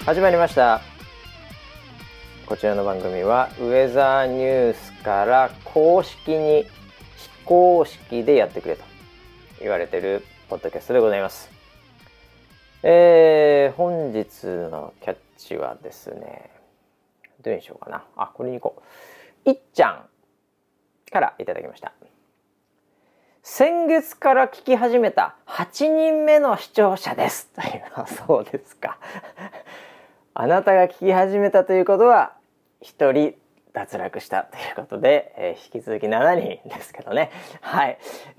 始まりました。こちらの番組はウェザーニュースから公式に非公式でやってくれと言われているポッドキャストでございます。本日のキャッチはですね、どうにしようかな。これに行こう。いっちゃんからいただきました。先月から聞き始めた8人目の視聴者です。そうですか。あなたが聞き始めたということは1人脱落したということで、引き続き7人ですけどね。はい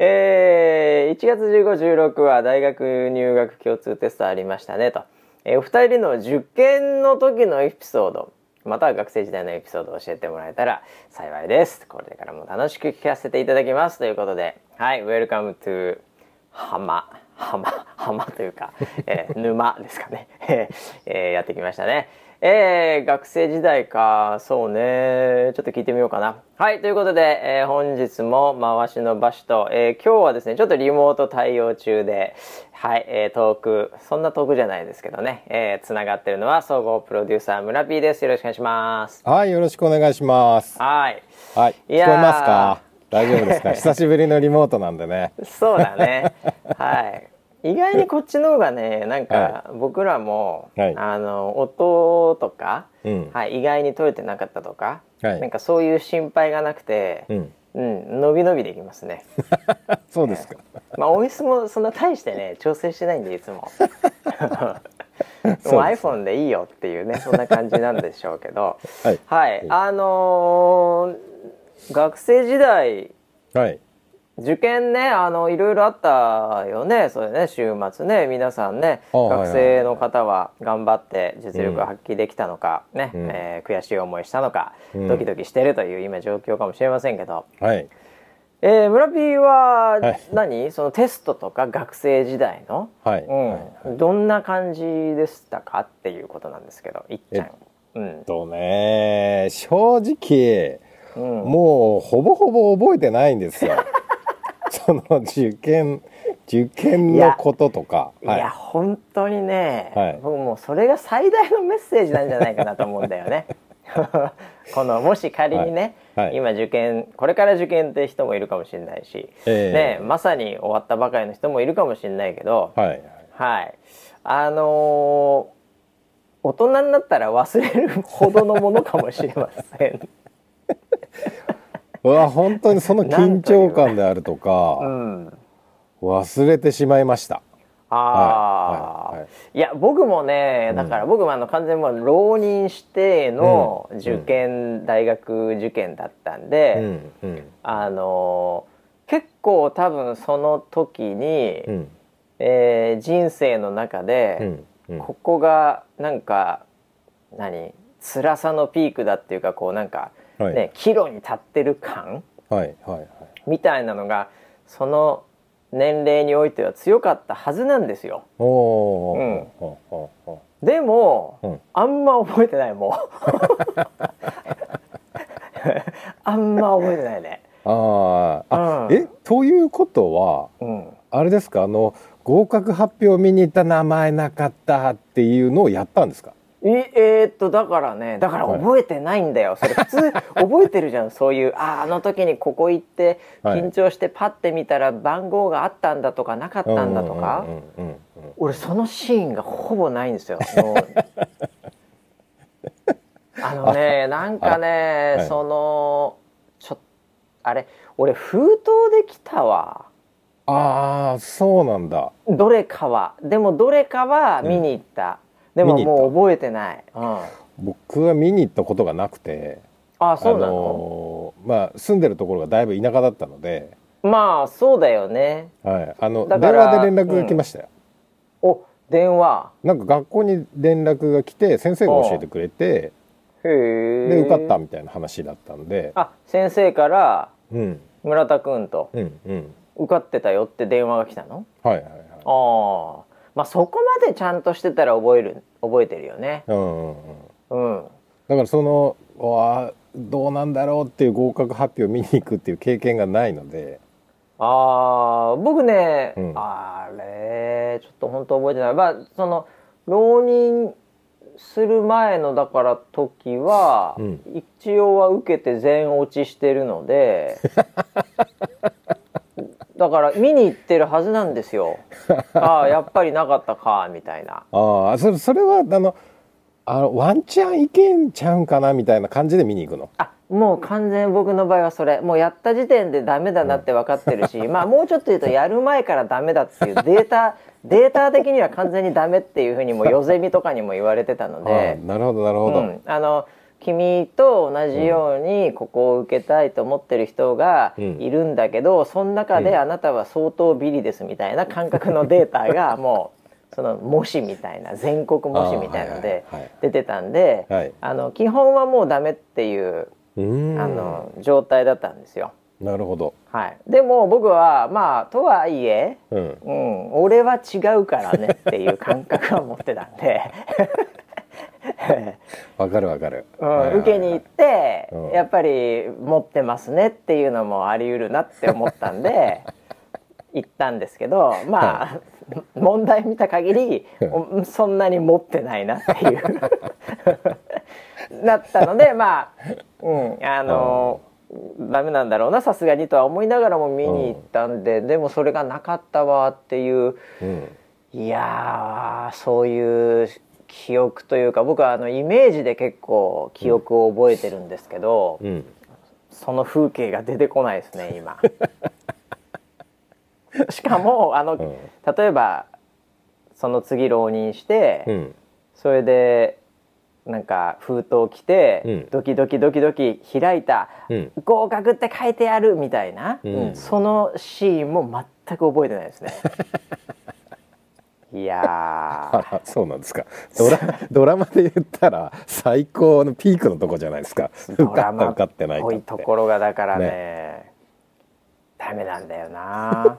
。1月15、16は大学入学共通テストありましたねと。お二人の受験の時のエピソード、または学生時代のエピソードを教えてもらえたら幸いです。これからも楽しく聞かせていただきますということで、はい、Welcome to 浜というか、沼ですかね、やってきましたね。学生時代か、そうね、ちょっと聞いてみようかな。はい、ということで、本日も回しの場所と、今日はですね、ちょっとリモート対応中で、はい、トーク、そんなトークじゃないですけどね、つながってるのは総合プロデューサー村 P です。よろしくお願いします。 はい、よろしくお願いします。 はい。 はい、聞こえますか？大丈夫ですか？久しぶりのリモートなんでね。 そうだね。はい。意外にこっちの方がね、なんか僕らも、はい、音とか、はい、意外に取れてなかったとか、はい、なんかそういう心配がなくて、伸び伸びできますね。 そうですか。 音質もそんな大してね、調整してないんでいつも。もう iPhone でいいよっていうね、そんな感じなんでしょうけど、はい、はい、学生時代、はい、受験ね、いろいろあったよね。それね、週末ね、皆さんね、学生の方は頑張って実力を発揮できたのか、ね、悔しい思いしたのか、ドキドキしてるという今状況かもしれませんけど、はい、村 P は何、そのテストとか学生時代の、はいどんな感じでしたかっていうことなんですけど、いっちゃん。 正直、もうほぼほぼ覚えてないんですよ。その受験のこととか。 いや本当にね、はい、僕もうそれが最大のメッセージなんじゃないかなと思うんだよね。このもし仮にね、はいはい、今これから受験って人もいるかもしれないし、ね、まさに終わったばかりの人もいるかもしれないけど、はいはい、大人になったら忘れるほどのものかもしれません。 本当にその緊張感であるとか、忘れてしまいました。 いや僕もね、だから僕も完全に浪人指定の受験、大学受験だったんで、結構多分その時に、人生の中で、ここがなんか辛さのピークだっていうか、こうなんかね、岐路に立ってる感、みたいなのがその年齢においては強かったはずなんですよ。でも、あんま覚えてないもう。あんま覚えてないね。 ということは、あれですか、合格発表見に行った名前なかったっていうのをやったんですか？ だから覚えてないんだよ。それ普通覚えてるじゃん。そういうあの時にここ行って緊張してパッて見たら番号があったんだとかなかったんだとか、俺そのシーンがほぼないんですよ。なんかね、そのあれ俺封筒で来たわ。 そうなんだ。 どれかは見に行った。でももう覚えてない。 僕は見に行ったことがなくて、 そうなの？ 住んでるところがだいぶ田舎だったので、 まあそうだよね。 はい、電話で連絡が来ましたよ。 電話？ なんか学校に連絡が来て先生が教えてくれて、で受かったみたいな話だったんで、 先生から村田くんと受かってたよって電話が来たの？はいはいはい。そこまでちゃんとしてたら覚えてるよね。 だからそのどうなんだろうっていう合格発表を見に行くっていう経験がないので、 僕ね、あれちょっと本当覚えてない。その浪人する前のだから時は、一応は受けて全落ちしてるのでだから見に行ってるはずなんですよああやっぱりなかったかみたいな。 ああ、それはワンチャンいけんちゃうんかなみたいな感じで見に行くの？ もう完全僕の場合はそれもうやった時点でダメだなって分かってるし、まあもうちょっと言うとやる前からダメだっていうデータ的には完全にダメっていうふうにもヨゼミとかにも言われてたのでなるほどなるほど、 君と同じようにここを受けたいと思ってる人がいるんだけど、その中であなたは相当ビリですみたいな感覚のデータがもうその模試みたいな全国模試みたいので出てたんで、基本はもうダメっていう状態だったんですよ。 なるほど、 はい、でも僕はまあとはいえ、俺は違うからねっていう感覚は持ってたんでわかるわかる、 受けに行って、やっぱり持ってますねっていうのもあり得るなって思ったんで行ったんですけど、まあ問題見た限りそんなに持ってないなっていうなったので、まあダメなんだろうなさすがにとは思いながらも見に行ったんで、でもそれがなかったわっていう、いやそういう記憶というか、僕はイメージで結構記憶を覚えてるんですけど、その風景が出てこないですね今しかも例えばその次浪人して、それでなんか封筒来て、ドキドキドキドキ開いた、合格って書いてあるみたいな、そのシーンも全く覚えてないですねいやそうなんですか。ドラマで言ったら最高のピークのとこじゃないですか。 ドラマっぽいところがだからねダメなんだよな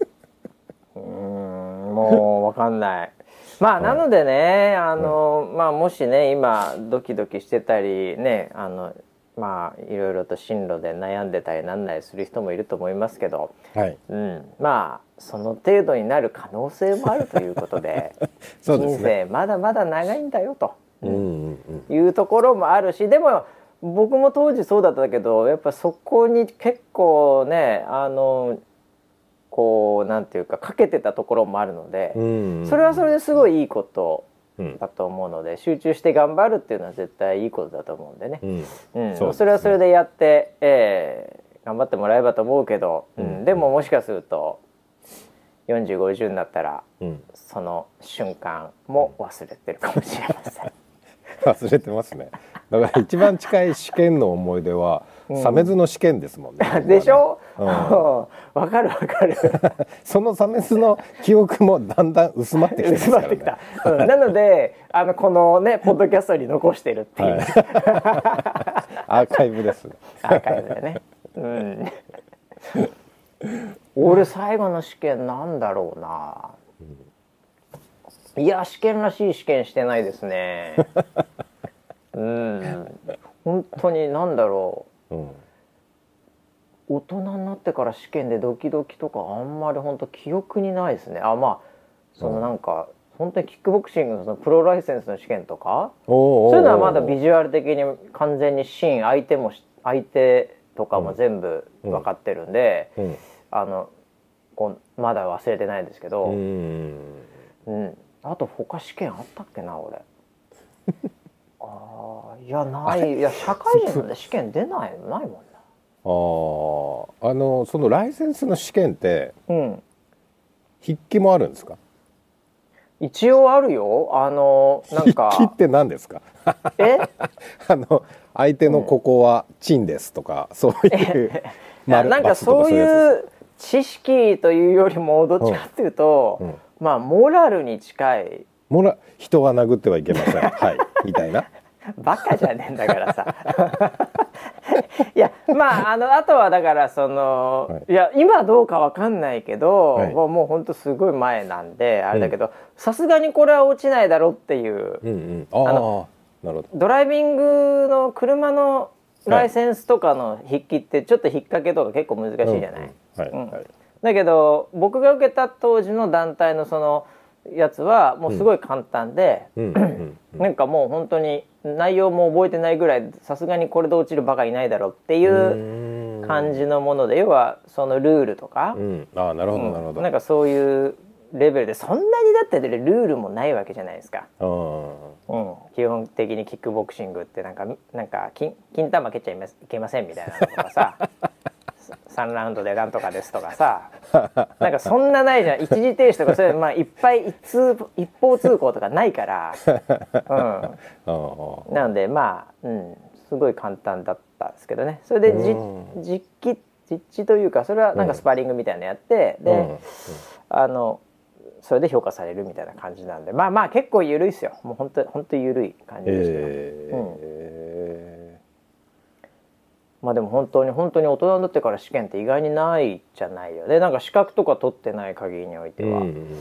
もう分かんない。まあなのでね、まあもしね今ドキドキしてたりねまあいろいろと進路で悩んでたりなんないする人もいると思いますけど、まあその程度になる可能性もあるということで人生まだまだ長いんだよというところもあるし、でも僕も当時そうだったけどやっぱそこに結構ねこうなんていうかかけてたところもあるので、それはそれですごいいいことだと思うので、集中して頑張るっていうのは絶対いいことだと思うんでね、それはそれでやって、頑張ってもらえばと思うけど、でももしかすると40、50になったら、その瞬間も忘れてるかもしれません忘れてますね。だから一番近い試験の思い出はサメズの試験ですもんね。 でしょ、わかるわかるそのサメズの記憶もだんだん薄まってきてますからね。 なのでこのねポッドキャストに残してるっていう、 アーカイブです。 アーカイブでね、俺最後の試験なんだろうな、いや試験らしい試験してないですね本当になんだろう、大人になってから試験でドキドキとかあんまり本当記憶にないですね。まあそのなんか、本当にキックボクシングのそのプロライセンスの試験とかそういうのはまだビジュアル的に完全にシーン相手とかも全部分かってるんで、こうまだ忘れてないですけど、あと他試験あったっけな俺いやないいや社会人の試験出ないもんな。 そのライセンスの試験って、筆記もあるんですか？ 一応あるよ。なんか筆記って何ですか？相手のここはチンですとか、そういうなんかそういう知識というよりもどっちかっていうと、まあモラルに近い。 人は殴ってはいけませんはいみたいなバカじゃねえんだからさいやまああとはだからその、いや今どうかわかんないけど、もうほんとすごい前なんであれだけど、さすがにこれは落ちないだろうっていう、 なるほど。 ドライビングの車のライセンスとかの筆記ってちょっと引っ掛けとか結構難しいじゃない。だけど僕が受けた当時の団体のそのやつはもうすごい簡単で、なんかもう本当に内容も覚えてないぐらい、さすがにこれで落ちるバカいないだろうっていう感じのもので、要はそのルールとか、 ああなるほどなるほど、 なんかそういうレベルで、そんなにだってルールもないわけじゃないですか。基本的にキックボクシングってなんか金玉蹴っちゃいけませんみたいなのとかさ3ラウンドでなんとかですとかさなんかそんなないじゃん。一時停止とかそういう、まあ、いっぱい一方通行とかないから、なのでまあ、すごい簡単だったんですけどね。それで実地というか、それはなんかスパーリングみたいなのやって、でそれで評価されるみたいな感じなんで、まあまあ結構緩いですよ。もう本当緩い感じでしたよ。まあでも本当に大人になってから試験って意外にないじゃないよね。なんか資格とか取ってない限りにおいては、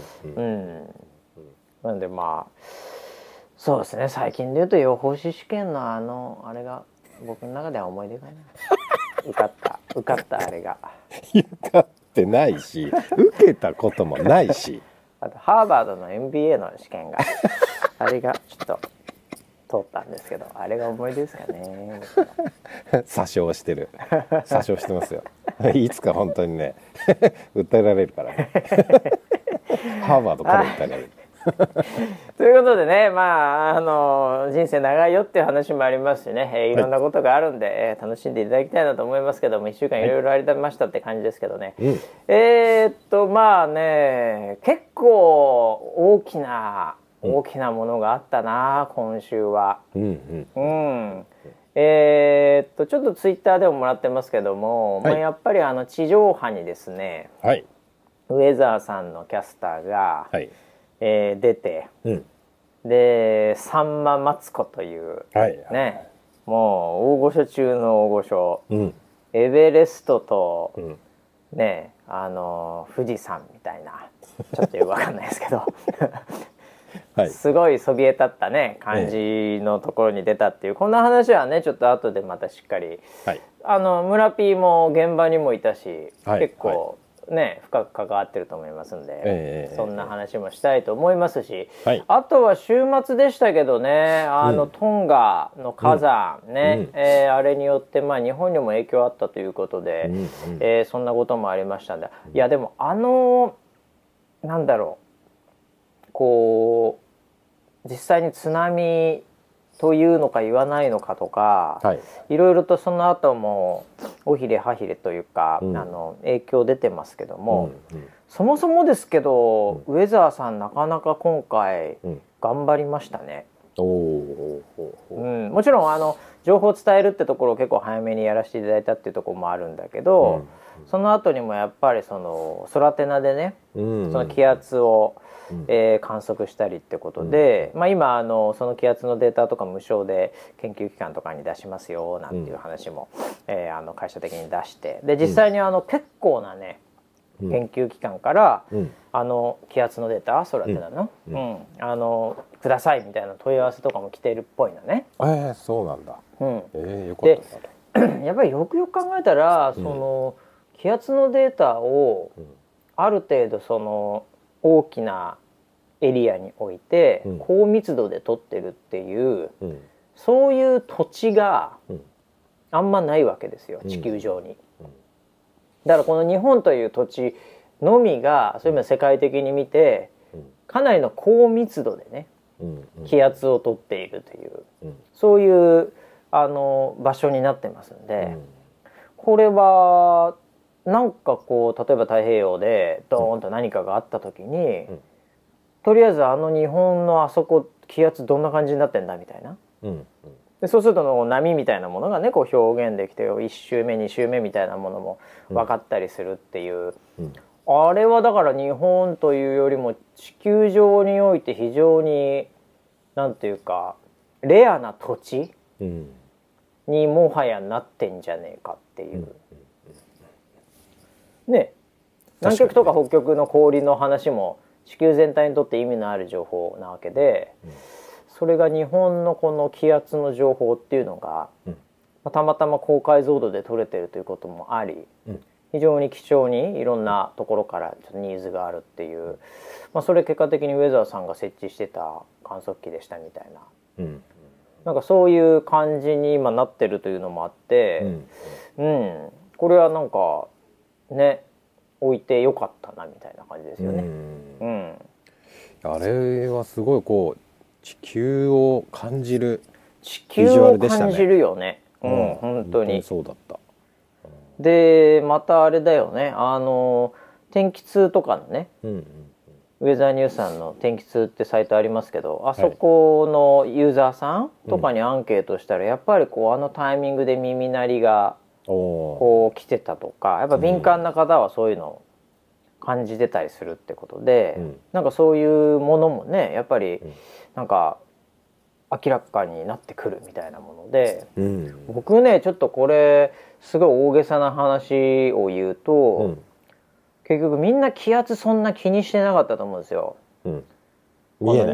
なんでまあそうですね。最近で言うと予報士試験のあれが僕の中では思い出かな。受かったあれが。 受かってないし、受けたこともないし。 あとハーバードの MBA の試験があれがちょっと通ったんですけど、あれが思い出ですかね。 詐称してますよ。いつか本当にね訴えられるからねハーバードから訴えられるということでね、まあ人生長いよっていう話もありますしね、いろんなことがあるんで、楽しんでいただきたいなと思いますけども、1週間いろいろありましたって感じですけどね、まあね、結構大きなものがあったな今週は。ちょっとツイッターでももらってますけども、まあ、やっぱり地上波にですね、ウェザーさんのキャスターが、出て、でさんまマツコというね、もう大御所中の大御所、エベレストと、ね富士山みたいな、ちょっとよくわかんないですけどすごいそびえ立ったね感じのところに出たっていう、こんな話はねちょっと後でまたしっかり、村 P も現場にもいたし、結構ね深く関わってると思いますんで、そんな話もしたいと思いますし、あとは週末でしたけどね、トンガの火山ね、あれによってまあ日本にも影響あったということで、そんなこともありましたんで、いやでもなんだろう、こう実際に津波というのか言わないのかとか、いろいろとその後も尾ひれ歯ひれというか、影響出てますけども、そもそもですけど、ウェザーさんなかなか今回頑張りましたね。もちろん情報を伝えるってところを結構早めにやらせていただいたっていうところもあるんだけど、その後にもやっぱりそのソラテナでね、その気圧を観測したりってことで、まあ、今その気圧のデータとか無償で研究機関とかに出しますよなんていう話も、会社的に出して、で実際に結構なね研究機関から、気圧のデータソラテナの、くださいみたいな問い合わせとかも来ているっぽいのね。 そうなんだ。よかったなと。やっぱりよくよく考えたら、その気圧のデータをある程度その大きなエリアにおいて高密度で取ってるっていう、そういう土地があんまないわけですよ、地球上に。だからこの日本という土地のみがそういう意味で世界的に見てかなりの高密度でね、気圧を取っているという、そういう場所になってますんで、これはなんかこう例えば太平洋でドーンと何かがあった時に、とりあえず日本のあそこ気圧どんな感じになってんだみたいな、でそうすると波みたいなものがねこう表現できて、1周目2周目みたいなものも分かったりするっていう、あれはだから日本というよりも地球上において非常になんていうかレアな土地にもはやなってんじゃねえかっていう、ね、南極とか北極の氷の話も地球全体にとって意味のある情報なわけで、それが日本のこの気圧の情報っていうのが、たまたま高解像度で取れてるということもあり、 非常に貴重にいろんなところからちょっとニーズがあるっていう、それ結果的にウェザーさんが設置してた観測器でしたみたいな、なんかそういう感じに今なってるというのもあって、これはなんかね置いてよかったなみたいな感じですよね。 あれはすごいこう地球を感じる地球を感じるよね。本当にそうだった。 でまたあれだよね、天気痛とかのね、ウェザーニュースさんの天気痛ってサイトありますけど、あそこのユーザーさんとかにアンケートしたら、やっぱりこうあのタイミングで耳鳴りがこう来てたとか、やっぱ敏感な方はそういうのを感じてたりするってことで、なんかそういうものもねやっぱりなんか明らかになってくるみたいなもので、僕ねちょっとこれすごい大げさな話を言うと、結局みんな気圧そんな気にしてなかったと思うんですよ。この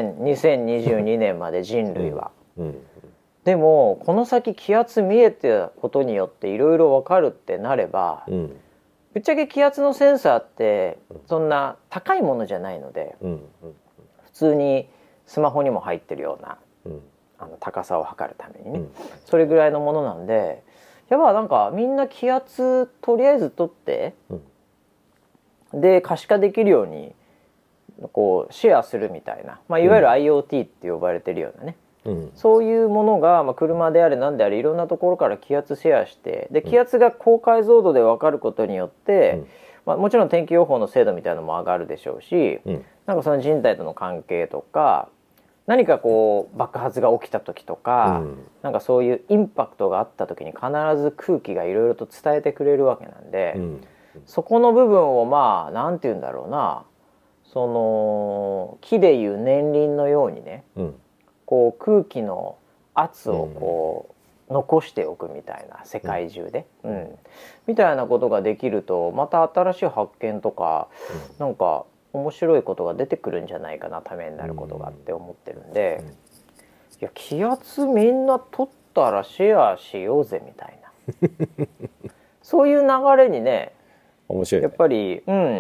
2022年まで人類は。でもこの先気圧見えてたことによっていろいろ分かるってなれば、ぶっちゃけ気圧のセンサーってそんな高いものじゃないので、普通にスマホにも入ってるような、高さを測るためにね、それぐらいのものなんで、やっぱなんかみんな気圧とりあえず取って、で可視化できるようにこうシェアするみたいな、いわゆる IoT って呼ばれてるようなね、そういうものが、車であれ何であれいろんなところから気圧シェアして、で気圧が高解像度で分かることによって、もちろん天気予報の精度みたいなのも上がるでしょうし、なんかその人体との関係とか何かこう爆発が起きた時とか、なんかそういうインパクトがあった時に必ず空気がいろいろと伝えてくれるわけなんで、そこの部分をなんて言うんだろうな、その木でいう年輪のようにね、こう空気の圧をこう残しておくみたいな、世界中で、みたいなことができると、また新しい発見とか、なんか面白いことが出てくるんじゃないかな、ためになることがって思ってるんで、いや気圧みんな取ったらシェアしようぜみたいなそういう流れにね、 面白いね、 やっぱり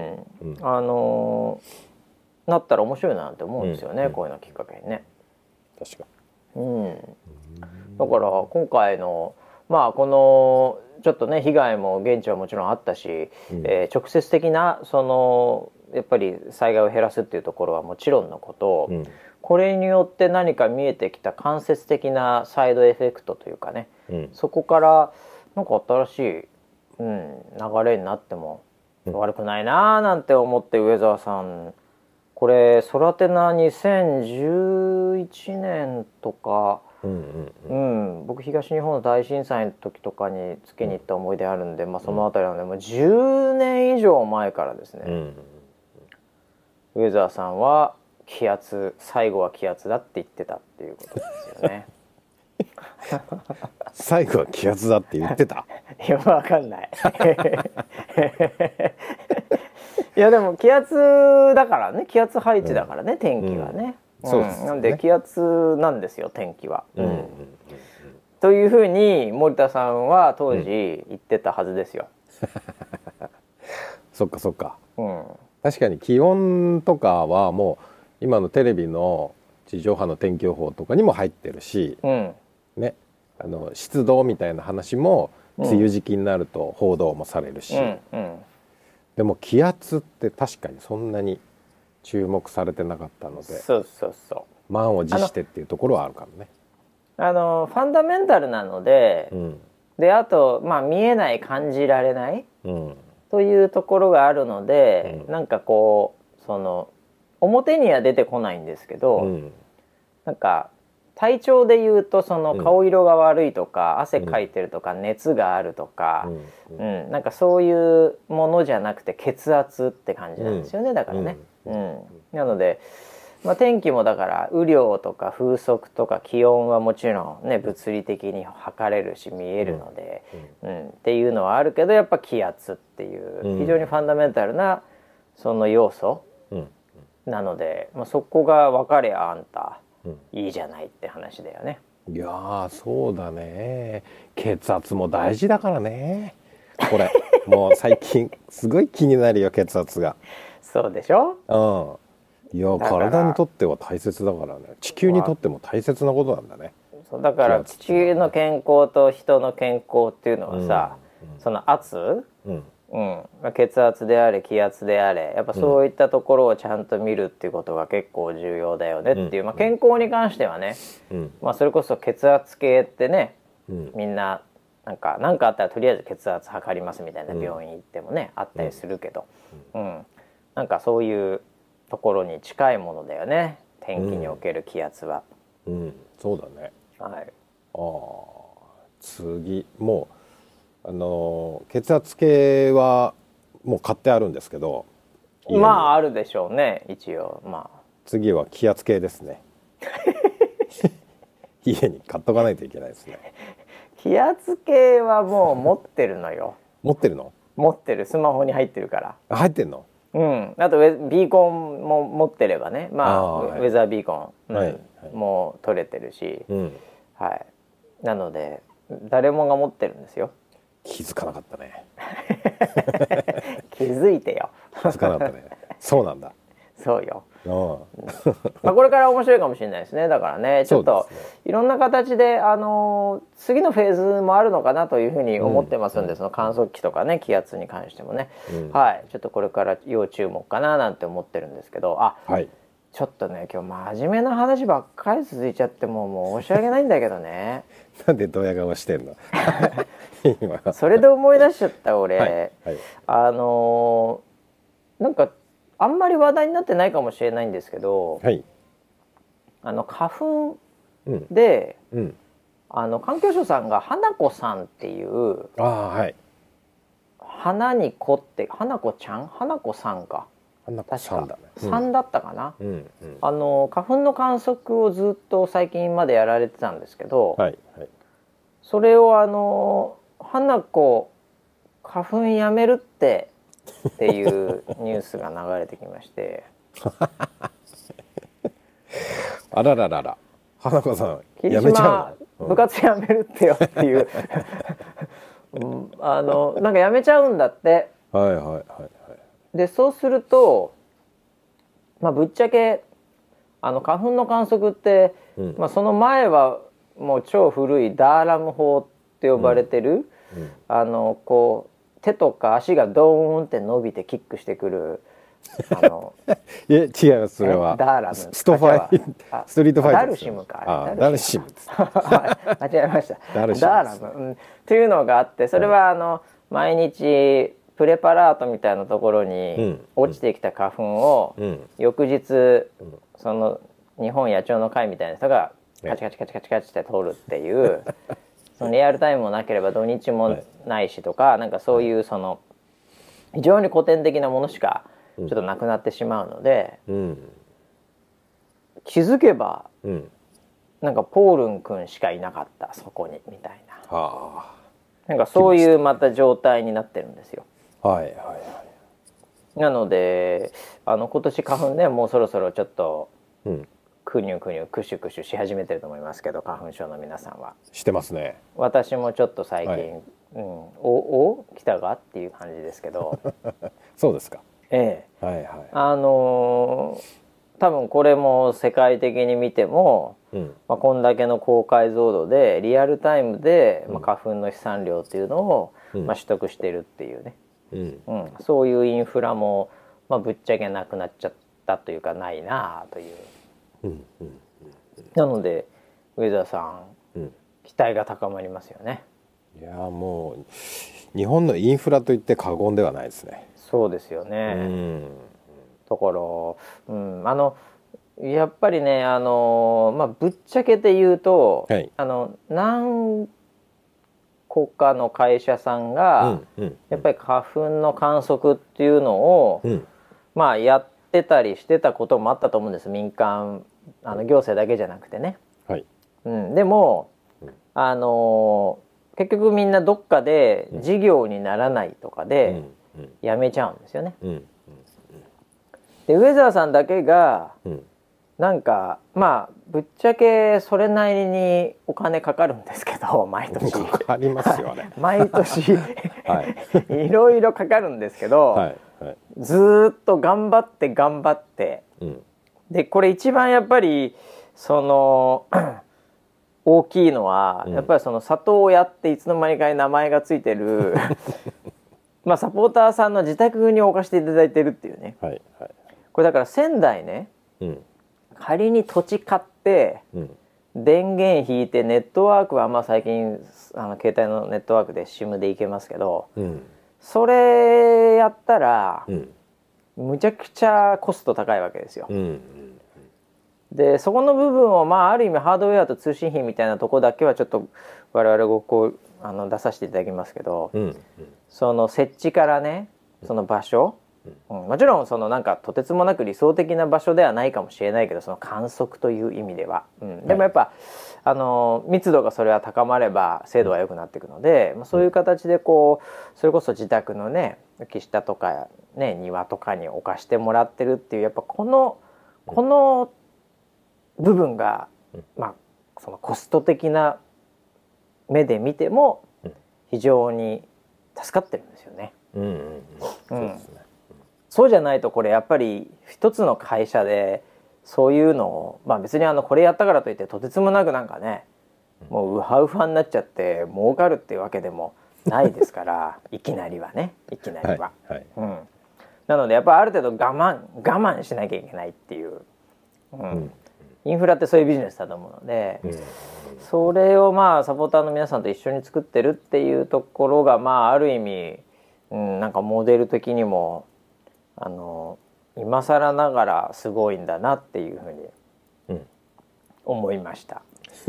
なったら面白いなって思うんですよね、こういうのきっかけにね。 確かに。だから今回のこのちょっとね被害も現地はもちろんあったし、直接的なそのやっぱり災害を減らすっていうところはもちろんのこと、これによって何か見えてきた間接的なサイドエフェクトというかね、そこからなんか新しい、流れになっても悪くないなーなんて思って、上澤さんこれソラテナ2011年とか、僕東日本の大震災の時とかにつけに行った思い出あるんで、そのあたりなのでもう10年以上前からですね、上澤さんは気圧、最後は気圧だって言ってたっていうことですよね最後は気圧だって言ってたいや分かんないいやでも気圧だからね、気圧配置だからね、天気はね、なんで気圧なんですよ天気は、というふうに森田さんは当時言ってたはずですよ、 そっかそっか、確かに気温とかはもう今のテレビの地上波の天気予報とかにも入ってるし、ね、湿度みたいな話も梅雨時期になると報道もされるし、でも気圧って確かにそんなに注目されてなかったので、満を持してっていうところはあるかもね。 ファンダメンタルなので、であと見えない感じられない、というところがあるので、なんかこうその表には出てこないんですけど、なんか体調で言うとその顔色が悪いとか、汗かいてるとか、熱があるとか、なんかそういうものじゃなくて血圧って感じなんですよね、だからね。なので、天気もだから雨量とか風速とか気温はもちろんね物理的に測れるし見えるので、っていうのはあるけど、やっぱ気圧っていう非常にファンダメンタルなその要素なので、そこが分かりゃあんたいいじゃないって話だよね。 いやそうだね、血圧も大事だからねこれもう最近すごい気になるよ血圧が。 そうでしょ。 いや体にとっては大切だからね。地球にとっても大切なことなんだね。 そうだから地球の健康と人の健康っていうのはさ、その圧、血圧であれ気圧であれやっぱそういったところをちゃんと見るっていうことが結構重要だよねっていう、健康に関してはね、それこそ血圧計ってね、みんななんかあったらとりあえず血圧測りますみたいな病院行ってもね、あったりするけど、なんかそういうところに近いものだよね、天気における気圧は。 そうだね。はい。次もう血圧計はもう買ってあるんですけど、 あるでしょうね一応。 次は気圧計ですね。家に買っとかないといけないですね。 気圧計はもう持ってるのよ。 持ってるの？ 持ってる、スマホに入ってるから。 入ってんの？ あとビーコンも持ってればね、ウェザービーコン、もう取れてるし、なので誰もが持ってるんですよ。 気づかなかったね。 気づいてよ。 気づかなかったね。そうなんだ。 そうよ。これから面白いかもしれないですね。だからね、ちょっといろんな形で次のフェーズもあるのかなというふうに思ってますんで、その観測器とかね、気圧に関してもね、ちょっとこれから要注目かななんて思ってるんですけど、ちょっとね今日真面目な話ばっかり続いちゃってもう申し訳ないんだけどね。 なんでドヤ顔してんの？ それで思い出しちゃった俺、なんかあんまり話題になってないかもしれないんですけど、花粉で、環境省さんが花子さんっていう花に子って花子ちゃん花子さんか確か3だったかな、花粉の観測をずっと最近までやられてたんですけど、それを花子花粉やめるっていうニュースが流れてきましてあらららら、花子さんやめちゃうの？ 部活やめるってよっていうなんかやめちゃうんだって。でそうすると、ぶっちゃけ花粉の観測って、その前はもう超古いダーラム法って呼ばれてる、こう手とか足がドーンって伸びてキックしてくる違います。それはダーラムストリートファイターダルシムか。 ダルシムです。 間違えました。ダーラム、っていうのがあって、それは毎日プレパラートみたいなところに落ちてきた花粉を翌日その日本野鳥の会みたいな人がカチカチカチカチカチって取るっていうそのリアルタイムもなければ土日もないしとか、なんかそういうその非常に古典的なものしかちょっとなくなってしまうので、気づけばなんかポールン君しかいなかったそこにみたいな、なんかそういうまた状態になってるんですよ。なので今年花粉ね、もうそろそろちょっとクニュクニュクシュクシュし始めてると思いますけど、花粉症の皆さんはしてますね。 私もちょっと最近、来たがっていう感じですけどそうですか。 多分これも世界的に見ても、こんだけの高解像度でリアルタイムで、花粉の飛散量っていうのを、取得してるっていうね、そういうインフラも、ぶっちゃけなくなっちゃったというかないなという、なので上澤さん、期待が高まりますよね。 いやもう日本のインフラといって過言ではないですね。 そうですよね。だからやっぱりねぶっちゃけて言うと、何個かの会社さんが、やっぱり花粉の観測っていうのを、やってたりしてたこともあったと思うんです。民間行政だけじゃなくてね。でも結局みんなどっかで事業にならないとかでやめちゃうんですよね。でウェザーさんだけがなんかまあぶっちゃけそれなりにお金かかるんですけど、毎年かかりますよね毎年いろいろかかるんですけど、はいはい、ずっと頑張って、うん、でこれ一番やっぱりその大きいのは、やっぱりその里親っていつの間にかに名前がついてるまあサポーターさんの自宅に置かせていただいてるっていうね、はいはい、これだから仙台ね、うん、仮に土地買って、うん、電源引いてネットワークはまあ最近携帯のネットワークで SIM でいけますけど、うん、それやったら、うん、むちゃくちゃコスト高いわけですよ、うん、でそこの部分をまあある意味ハードウェアと通信費みたいなとこだけはちょっと我々ごこう出させていただきますけど、うんうん、その設置からね、その場所、うん、もちろんそのなんかとてつもなく理想的な場所ではないかもしれないけど、その観測という意味では、うん、でもやっぱ、はい、密度がそれは高まれば精度は良くなっていくので、まあ、そういう形でこうそれこそ自宅のね軒下とかね庭とかに置かしてもらってるっていう、やっぱこの部分が、まあそのコスト的な目で見ても非常に助かってるんですよね。そうですね。そうじゃないとこれやっぱり一つの会社でそういうのを、まあ別にこれやったからといってとてつもなくなんかね、もうウハウハになっちゃって儲かるっていうわけでもないですからいきなりはね、いきなりは、はいはい、うん、なのでやっぱりある程度我慢しなきゃいけないっていう、うんうん、インフラってそういうビジネスだと思うので、それをまあサポーターの皆さんと一緒に作ってるっていうところがまあある意味、うん、なんかモデル的にも今更ながらすごいんだなっていうふうに思いました。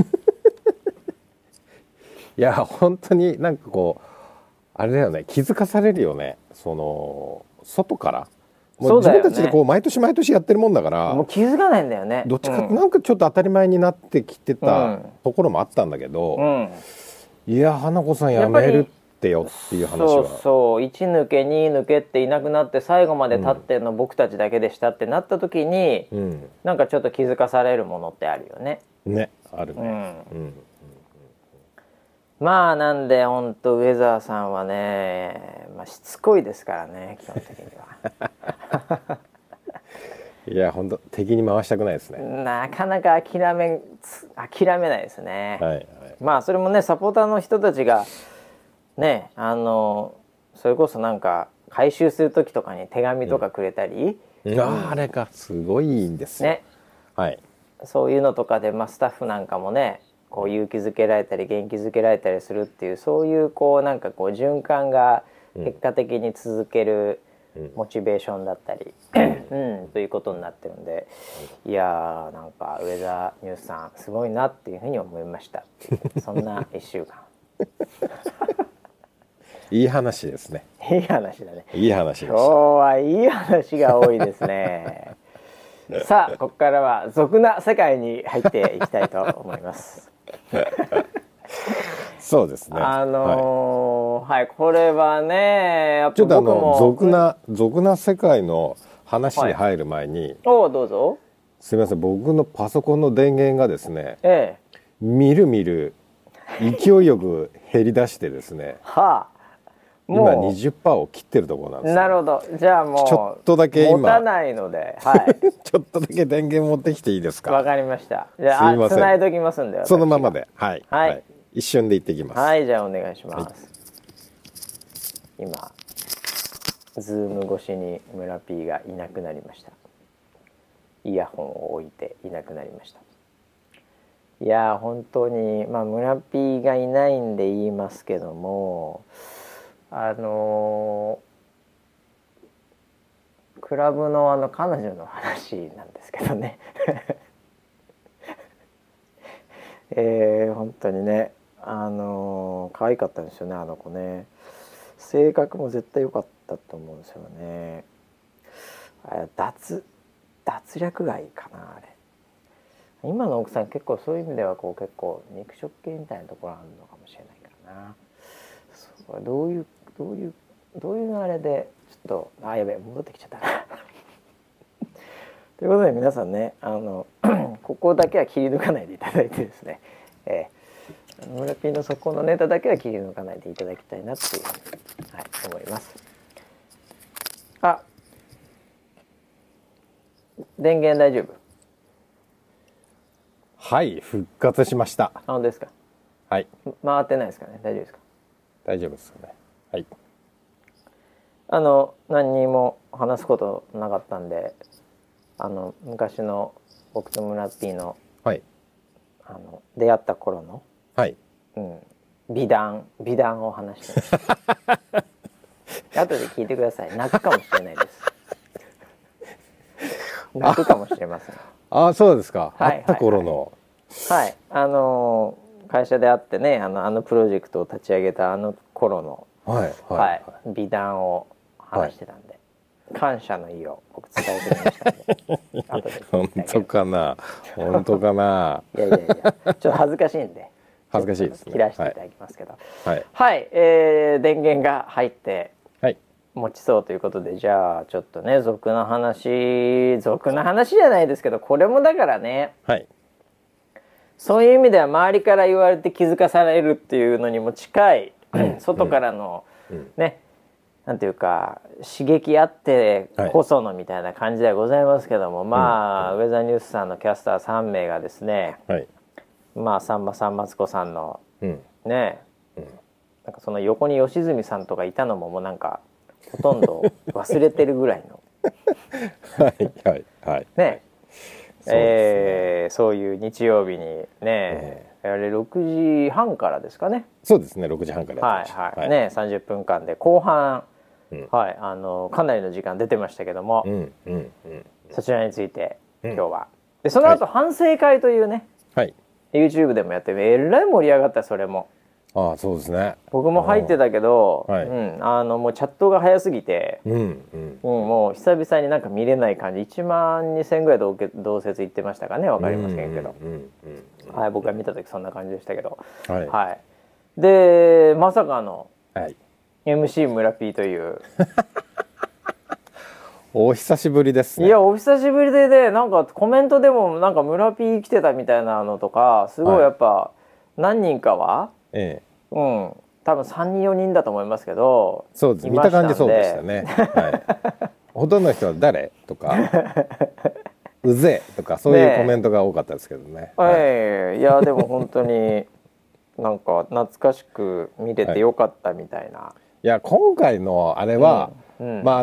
いや本当になんかこうあれだよね、気づかされるよね、その外からもう自分たちでこう毎年毎年やってるもんだからもう気づかないんだよね。 どっちかってなんかちょっと当たり前になってきてたところもあったんだけど、いや花子さんやめるってよっていう話は、 そう1抜け2抜けっていなくなって最後まで立ってるの僕たちだけでしたってなった時に、なんかちょっと気づかされるものってあるよね。 ね、あるね。 まあなんで本当ウェザーさんはね、まあ、しつこいですからね基本的には。 いや本当敵に回したくないですね。 なかなか諦めないですね。はいはい、まあそれもねサポーターの人たちがねそれこそなんか回収する時とかに手紙とかくれたり、 あれかすごいんですよ。ね、はい。 そういうのとかで、まあ、スタッフなんかもねこう勇気づけられたり元気づけられたりするっていう、そういうこうなんかこう循環が結果的に続けるモチベーションだったり、ということになってるんで、いやーなんかウェザーニュースさんすごいなっていうふうに思いましたそんな1週間いい話ですね。 いい話だね。 いい話でした。 今日はいい話が多いですねさあここからは俗な世界に入っていきたいと思いますそうですね。 はい、これはねやっぱちょっと俗な世界の話に入る前に、 どうぞ。 すみません、僕のパソコンの電源がですね、みるみる勢いよく減り出してですね今 20% を切ってるところなんです、 なるほど。じゃあもうちょっとだけ今持たないので、はい、 ちょっとだけ電源持ってきていいですか。 わかりました。じゃあつないどきますんで、 そのままで、はい、はいはい、一瞬で行ってきます。 はい、じゃあお願いします、はい、今ズーム越しに村 P がいなくなりました。イヤホンを置いていなくなりました。いや本当にまあ村 P がいないんで言いますけども、クラブの彼女の話なんですけどね本当にね可愛かったんですよね、あの子ね。性格も絶対良かったと思うんですよね。脱略がいいかなあれ。今の奥さん結構そういう意味ではこう結構肉食系みたいなところあるのかもしれないからな。そうどういうあれでちょっとやべえ戻ってきちゃったなということで皆さんねここだけは切り抜かないでいただいてですね、村ピーのそこのネタだけは切り抜かないでいただきたいなっていうふうに、はい、思います。あ、電源大丈夫？ はい、復活しました。 本当ですか？ はい。 回ってないですかね？大丈夫ですか？ 大丈夫ですね。はい。 何にも話すことなかったんで、昔の僕と村ピーの、 はい、 出会った頃の、 はい、 美談を話して後で聞いてください。泣くかもしれないです。泣くかもしれません。 あ、そうですか。 はい、 会った頃の、 はい、会社で会ってね、プロジェクトを立ち上げた頃の、 はいはい、美談を話してたんで、感謝の意を僕伝えてみましたんで後で本当かな、本当かな。 いやちょっと恥ずかしいんで恥ずかしいですね。 切らせていただきますけど、 はい、 はい、電源が入って持ちそうということで、じゃあちょっとね俗な話じゃないですけど、これもだからね、 はい、 そういう意味では周りから言われて気づかされるっていうのにも近い、外からの、ね、なんていうか刺激あってこそのみたいな感じではございますけども、まあ、ウェザーニュースさんのキャスター3名がですね、まあさんまさんマツコさんの、ね、なんかその横に吉住さんとかいたのももうなんかほとんど忘れてるぐらいのはいはいはいね、そういう日曜日にね、あれ6時半からですかね。 そうですね、6時半からやってました。 はいはい、ね、30分間で後半、はい、かなりの時間出てましたけども、そちらについて今日は、でその後、反省会というね、YouTube でもやってえらい盛り上がった。それもそうですね、 僕も入ってたけど、もうチャットが早すぎて、もう久々になんか見れない感じ。1万2000ぐらい同説言ってましたかね、分かりませんけど、はい、僕が見た時そんな感じでしたけど、はい、でまさかの、MC 村 P というお久しぶりですね。 いやお久しぶりでね、なんかコメントでもなんか村 P 来てたみたいなのとかすごいやっぱ、何人かは、多分3人4人だと思いますけど、 そうです、見た感じそうでしたね、ほとんどの人は誰とかうぜとかそういうコメントが多かったですけどね。 いやでも本当になんか懐かしく見れてよかったみたいな。 いや今回のあれは、まあ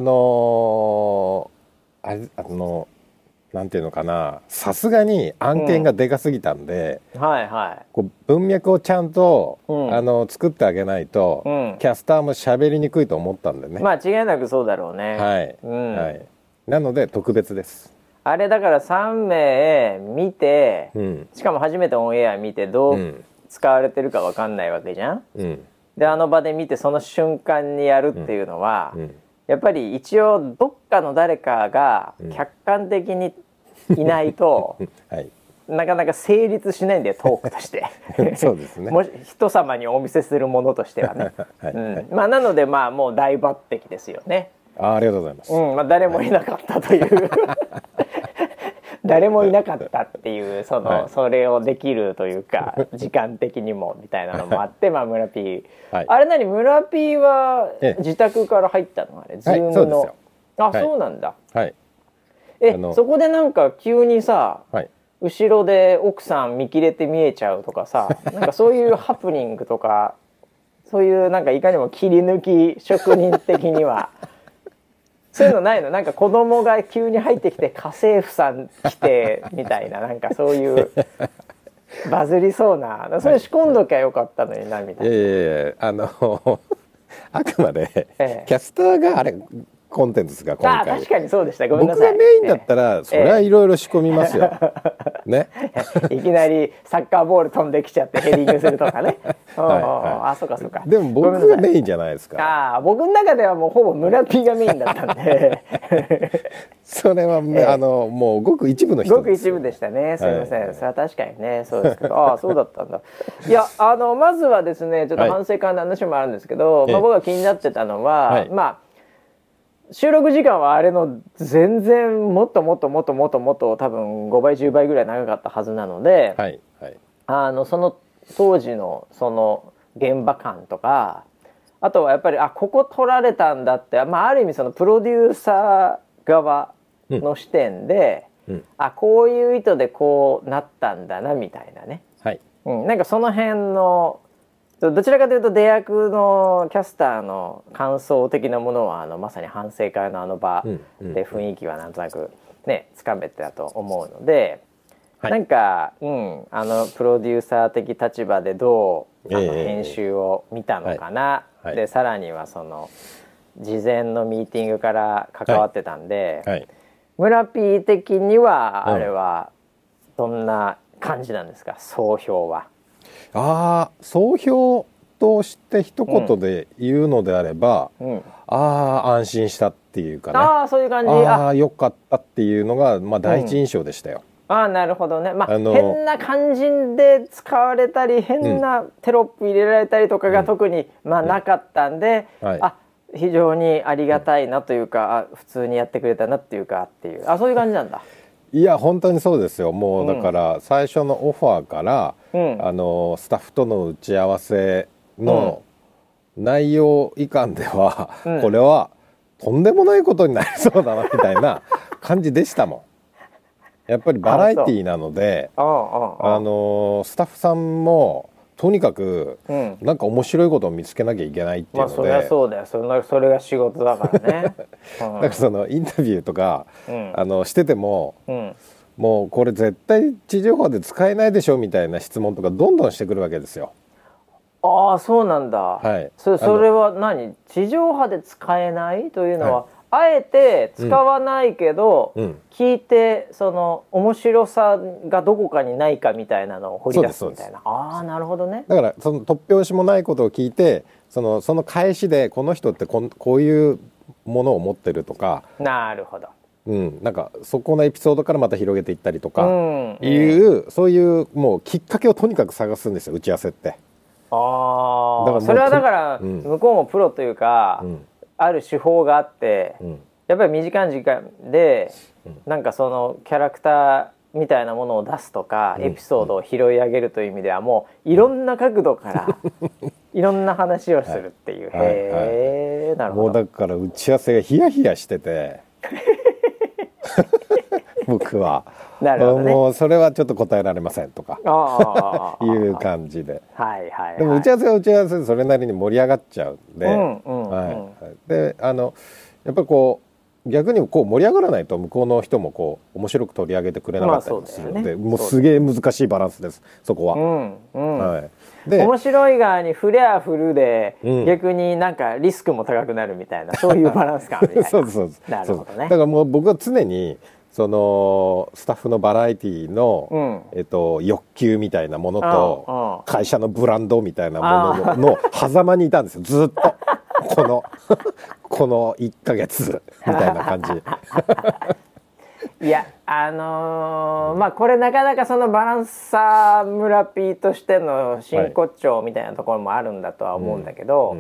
なんていうのかな、さすがに案件がでかすぎたんで、こう文脈をちゃんと、作ってあげないと、キャスターも喋りにくいと思ったんでね。 まあ違いなくそうだろうね。 なので特別です。 あれだから3名見て、しかも初めてオンエア見てどう使われてるか分かんないわけじゃん。で場で見てその瞬間にやるっていうのは、やっぱり一応どっかの誰かが客観的にいないと、なかなか成立しないんで、トークとしてそうですね、 もし人様にお見せするものとしてはねまあなのでまあもう大抜擢ですよね。 ありがとうございます。 誰もいなかったという誰もいなかったっていうそれをできるというか時間的にもみたいなのもあってまあ村 P、あれ何村 P は自宅から入ったのあれ、ズームの。そうなんだ。そこでなんか急にさ、後ろで奥さん見切れて見えちゃうとかさなんかそういうハプニングとかそういうなんかいかにも切り抜き職人的にはそういうのないの？なんか子供が急に入ってきて家政婦さん来てみたいな、なんかそういうバズりそうな、それ仕込んどきゃよかったのになみたいな。 あくまでキャスターがあれコンテンツが今回。 確かにそうでした。ごめんなさい。 僕がメインだったらそれはいろいろ仕込みますよ。ね。 いきなりサッカーボール飛んできちゃってヘディングするとかね。そうかそうか。 でも僕がメインじゃないですか。 僕の中ではもうほぼ村 P がメインだったんで。 それはもうごく一部の人です。 ごく一部でしたね。すみません。それは確かにね、そうですけど、そうだったんだ。いやまずはですね、ちょっと反省会の話もあるんですけど、僕が気になってたのはまあ収録時間はあれの全然もっともっともっともっともっと多分5倍10倍ぐらい長かったはずなので、 はいはい、 その当時のその現場感とか、あとはやっぱりここ撮られたんだって、ある意味そのプロデューサー側の視点で、こういう意図でこうなったんだなみたいなね、はい、なんかその辺のどちらかというと出役のキャスターの感想的なものはまさに反省会の場で雰囲気はなんとなくねつかめてたと思うので、はい、なんか、プロデューサー的立場でどう編集を見たのかな、はい、でさらにはその事前のミーティングから関わってたんで、はいはい、村 P 的にはあれはどんな感じなんですか、総評は。 総評として一言で言うのであれば、安心したっていうかね、 そういう感じ、 よかったっていうのが、第一印象でしたよ。 なるほどね。変な漢字で使われたり変なテロップ入れられたりとかが特に、なかったんで、非常にありがたいなというか、普通にやってくれたなっていうかっていう、そういう感じなんだ。 いや本当にそうですよ。もうだから最初のオファーから、スタッフとの打ち合わせの内容以下では、これはとんでもないことになりそうだなみたいな感じでしたもん。やっぱりバラエティーなので、スタッフさんもとにかく、なんか面白いことを見つけなきゃいけないっていうので、 そりゃそうだよ、それが仕事だからね。 だからそのインタビューとか、してても、もうこれ絶対地上波で使えないでしょみたいな質問とかどんどんしてくるわけですよ。 そうなんだ。はい、それは何、地上波で使えないというのは、あえて使わないけど、聞いてその面白さがどこかにないかみたいなのを掘り出すみたいな。なるほどね。 だからその突拍子もないことを聞いて、その返しでこの人ってこういうものを持ってるとか、 なるほど、 なんかそこのエピソードからまた広げていったりとかそういうもうきっかけをとにかく探すんですよ、打ち合わせって。 それはだから向こうもプロというか、ある手法があって、やっぱり短い時間で、なんかそのキャラクターみたいなものを出すとか、エピソードを拾い上げるという意味ではもういろんな角度からいろんな話をするっていう、なるほど。 もうだから打ち合わせがヒヤヒヤしてて僕はなるほど、ね、もうそれはちょっと答えられませんとかいう感じで、でも打ち合わせは打ち合わせでそれなりに盛り上がっちゃうんで、でやっぱりこう逆にこう盛り上がらないと向こうの人もこう面白く取り上げてくれなかったりするので、もうすげえ難しいバランスです、そこは。 で面白い側に振りゃ振るで、逆になんかリスクも高くなるみたいな、そういうバランス感みたいな。そうなるほどね。だからもう僕は常にそのスタッフのバラエティの、欲求みたいなものと会社のブランドみたいなものの狭間にいたんですよ、ずっとこの1ヶ月みたいな感じ。 いやこれなかなかそのバランサー村 P としての真骨頂みたいなところもあるんだとは思うんだけど、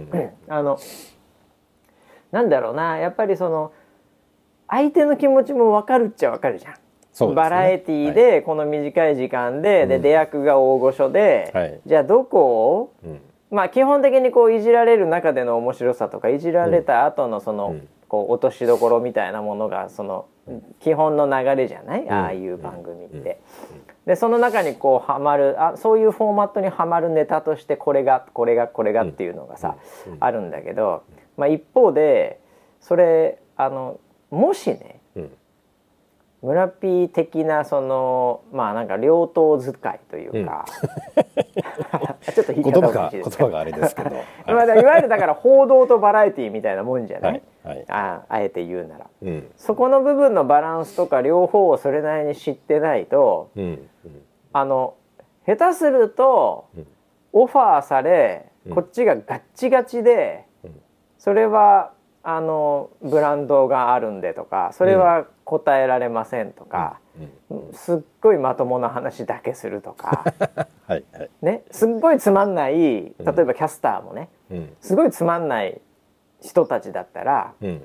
なんだろうな、やっぱりその相手の気持ちも分かるっちゃ分かるじゃん。そうですね、バラエティーでこの短い時間で、出役が大御所で、じゃあどこを、基本的にこういじられる中での面白さとか、いじられた後のその、こう落としどころみたいなものがその基本の流れじゃない、ああいう番組って。でその中にこうはまる、そういうフォーマットにはまるネタとしてこれがっていうのがさ、あるんだけど、一方でそれもしね、村 P 的なそのなんか両党使いというか、ちょっと言い方がおかしいですけど、言葉があれですけど、いわゆるだから報道とバラエティみたいなもんじゃない、あえて言うなら、そこの部分のバランスとか両方をそれなりに知ってないと、下手するとオファーされ、こっちがガッチガチで、それはブランドがあるんでとか、それは答えられませんとか、すっごいまともな話だけするとかね、すっごいつまんない、例えばキャスターもね、すごいつまんない人たちだったら、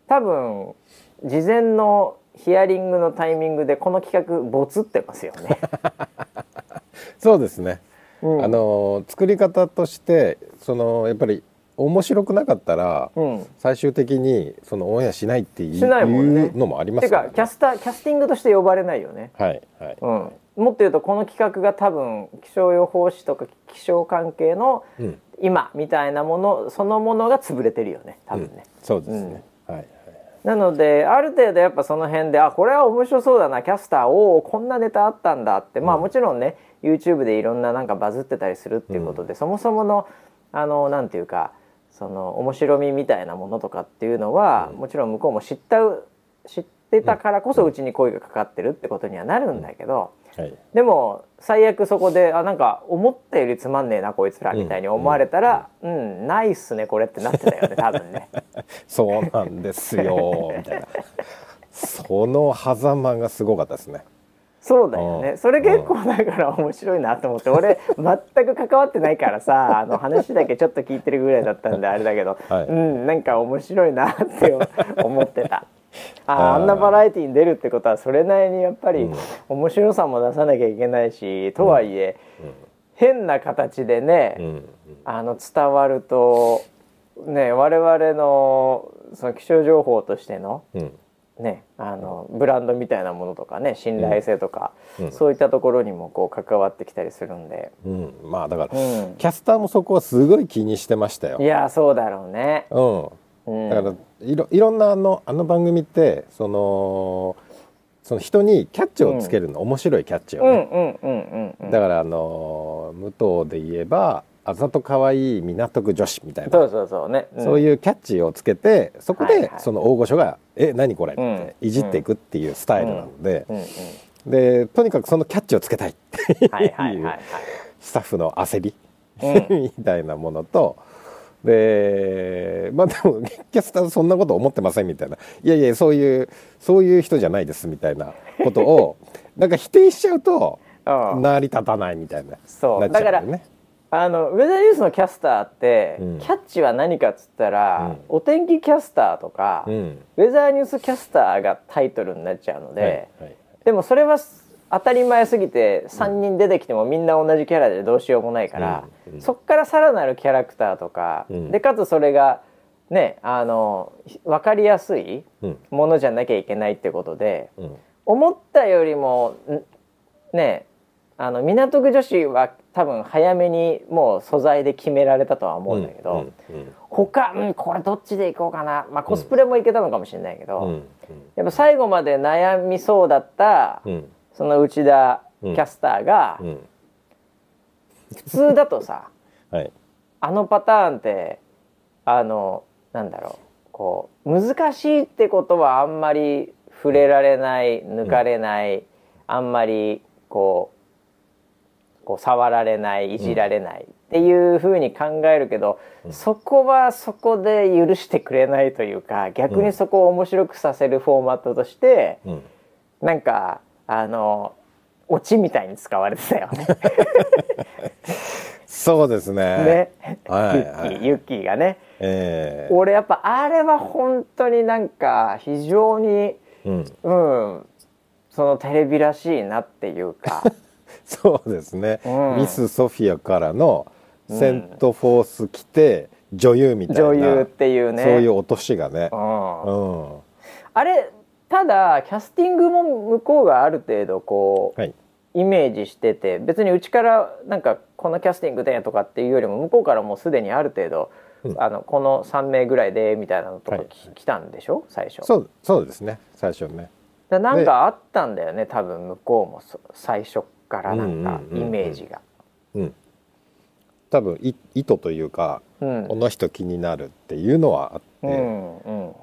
多分事前のヒアリングのタイミングでこの企画ボツってますよね。 そうですね、作り方としてやっぱり面白くなかったら、最終的にオンエアしないっていうのもありますからね。 てかキャスティングとして呼ばれないよね。 はいはい、 もっと言うとこの企画が多分気象予報士とか気象関係の今みたいなものそのものが潰れてるよね多分ね。 そうですね、はいはい。 なのである程度やっぱその辺でこれは面白そうだなキャスターこんなネタあったんだって、まあもちろんね YouTube でいろんななんかバズってたりするっていうことで、そもそものなんていうか面白みみたいなものとかっていうのは、もちろん向こうも知ってたからこそうちに声がかかってるってことにはなるんだけど、でも最悪そこでなんか思ったよりつまんねえなこいつらみたいに思われたら、ないっすねこれってなってたよね多分ね。 そうなんですよみたいなその狭間がすごかったですね。 そうだよね。それ結構だから面白いなと思って、俺全く関わってないからさ話だけちょっと聞いてるぐらいだったんであれだけど、なんか面白いなって思ってた。あんなバラエティに出るってことはそれなりにやっぱり面白さも出さなきゃいけないし、とはいえ変な形でね、伝わるとね我々のその気象情報としての、ね、ブランドみたいなものとかね信頼性とか、そういったところにもこう関わってきたりするんで、 まあだから、キャスターもそこはすごい気にしてましたよ。 いやそうだろうね。 だからいろんなあの番組ってその人にキャッチをつけるの、面白いキャッチをね。だから武藤で言えばあざと可愛い港区女子みたいな、そういうキャッチをつけて、そこでその大御所が何これっていじっていくっていうスタイルなので、でとにかくそのキャッチをつけたいっていうスタッフの焦りみたいなものと、でまあでもキャスターそんなこと思ってませんみたいな、いやいやそういう人じゃないですみたいなことをなんか否定しちゃうと成り立たないみたいな、 そうだからね。ウェザーニュースのキャスターって、キャッチは何かっつったら、お天気キャスターとか、ウェザーニュースキャスターがタイトルになっちゃうので、でもそれは当たり前すぎて3人出てきてもみんな同じキャラでどうしようもないから、そっからさらなるキャラクターとか、でかつそれがね分かりやすいものじゃなきゃいけないってことで、思ったよりもね港区女子は多分早めにもう素材で決められたとは思うんだけど、他これどっちでいこうかな、まあコスプレもいけたのかもしれないけど、やっぱ最後まで悩みそうだった、その内田キャスターが、普通だとさ、あのパターンってなんだろう、こう難しいってことはあんまり触れられない、抜かれない、あんまりこう触られない、いじられないっていう風に考えるけど、そこはそこで許してくれないというか、逆にそこを面白くさせるフォーマットとして、なんかオチみたいに使われてたよね。 そうですね。 ユッキーがね、俺やっぱあれは本当になんか非常に、そのテレビらしいなっていうか。 そうですね、ミス・ソフィアからのセント・フォース来て女優みたいな、 女優っていうね、 そういう落としがね、 あれただキャスティングも向こうがある程度こう、イメージしてて、別にうちからなんかこのキャスティングでとかっていうよりも向こうからもうすでにある程度、この3名ぐらいでみたいなのとか来たんでしょ最初。 そうですね、最初ね。 なんかあったんだよね多分向こうも最初からなんかイメージが、 多分意図というか、この人気になるっていうのはあって、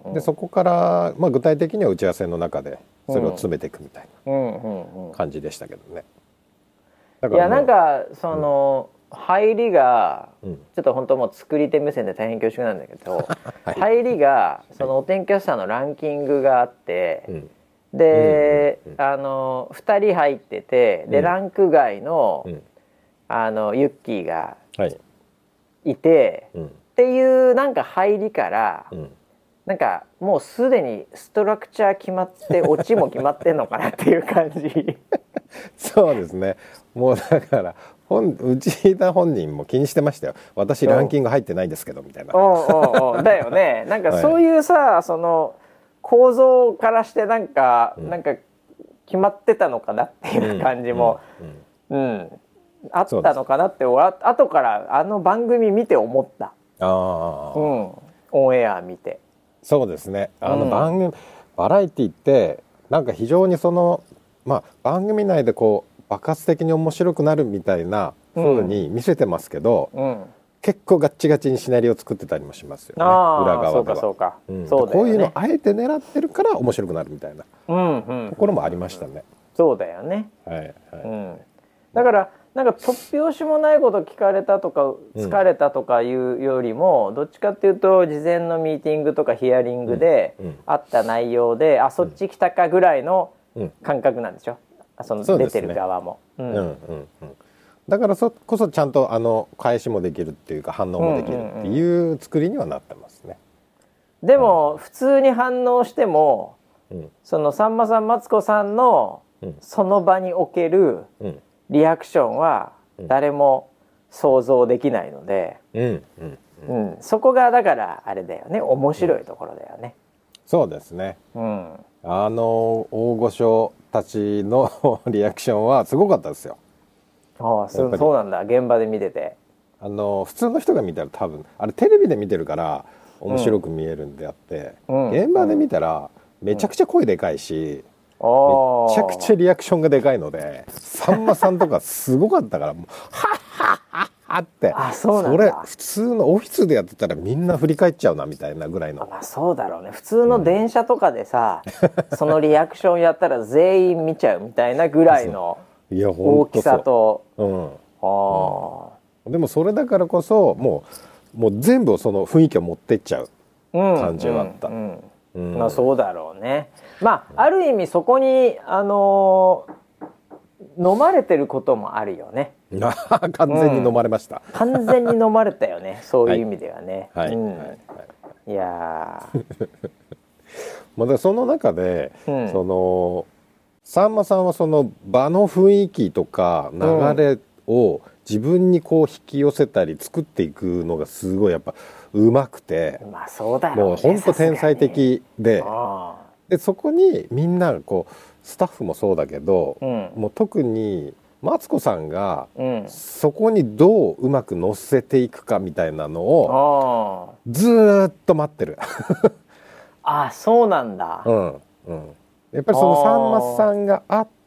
でそこから、まあ、具体的には打ち合わせの中でそれを詰めていくみたいな感じでしたけどね。 いやなんかその、入りがちょっと本当もう作り手目線で大変恐縮なんだけど、入りがそのお天気キャスターのランキングがあって、で、2人入ってて、でランク外の、ユッキーがいて、っていうなんか入りから、 なんかもうすでにストラクチャー決まってオチも決まってんのかなっていう感じそうですね。もうだから内田本人も気にしてましたよ。私ランキング入ってないですけどみたいな。 だよね。なんかそういうさ、はい、その構造からしてなんか決まってたのかなっていう感じも、あったのかなって後からあの番組見て思った。オンエア見て。 そうですね。番組、バラエティってなんか非常にその番組内でこう爆発的に面白くなるみたいな風に見せてますけど、結構ガッチガチにシナリオ作ってたりもしますよね。裏側では。そうか。こういうのあえて狙ってるから面白くなるみたいなところもありましたね。 そうだよね。だからなんか突拍子もないこと聞かれたとか疲れたとかいうよりも、どっちかっていうと事前のミーティングとかヒアリングであった内容で、そっち来たかぐらいの感覚なんでしょ。その出てる側も。だからこそちゃんと返しもできるっていうか反応もできるっていう作りにはなってますね。 でも普通に反応しても、そのさんまさんマツコさんのその場におけるリアクションは誰も想像できないので、そこがだからあれだよね、面白いところだよね。 そうですね。大御所たちのリアクションはすごかったですよ。 そうなんだ。現場で見てて普通の人が見たら多分あれテレビで見てるから面白く見えるんであって、現場で見たらめちゃくちゃ声でかいし、めちゃくちゃリアクションがでかいので、さんまさんとかすごかったからもうハッハッハッハって、それ普通のオフィスでやってたらみんな振り返っちゃうなみたいなぐらいの。 そうだろうね。普通の電車とかでさ、そのリアクションやったら全員見ちゃうみたいなぐらいの大きさと。 でもそれだからこそもう全部その雰囲気を持ってっちゃう感じはあった。 そうだろうね。ある意味そこに飲まれてることもあるよね。 完全に飲まれました。 完全に飲まれたよね。そういう意味ではね。いやその中で、そのさんまさんはその場の雰囲気とか流れを自分にこう引き寄せたり作っていくのがすごいやっぱうまくて、 そうだよね、 もう本当天才的で、そこにみんなこうスタッフもそうだけど、もう特にマツコさんがそこにどううまく乗せていくかみたいなのをずーっと待ってる。 そうなんだ。 やっぱりそのさんまさんがあって、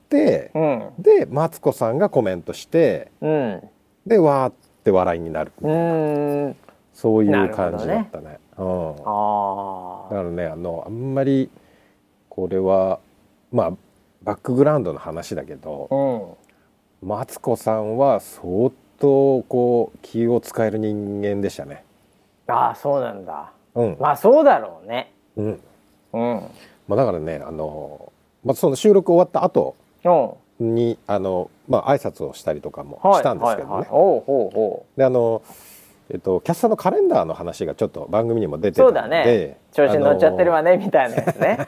でマツコさんがコメントして、でわーって笑いになる。そういう感じだったね。だからね、あんまりこれはバックグラウンドの話だけど、マツコさんは相当こう気を使える人間でしたね。 そうなんだ。そうだろうね。 だからね、その収録終わった後に挨拶をしたりとかもしたんですけどね。でキャスターのカレンダーの話がちょっと番組にも出てたので、そうだね、 調子に乗っちゃってるわねみたいなやつね。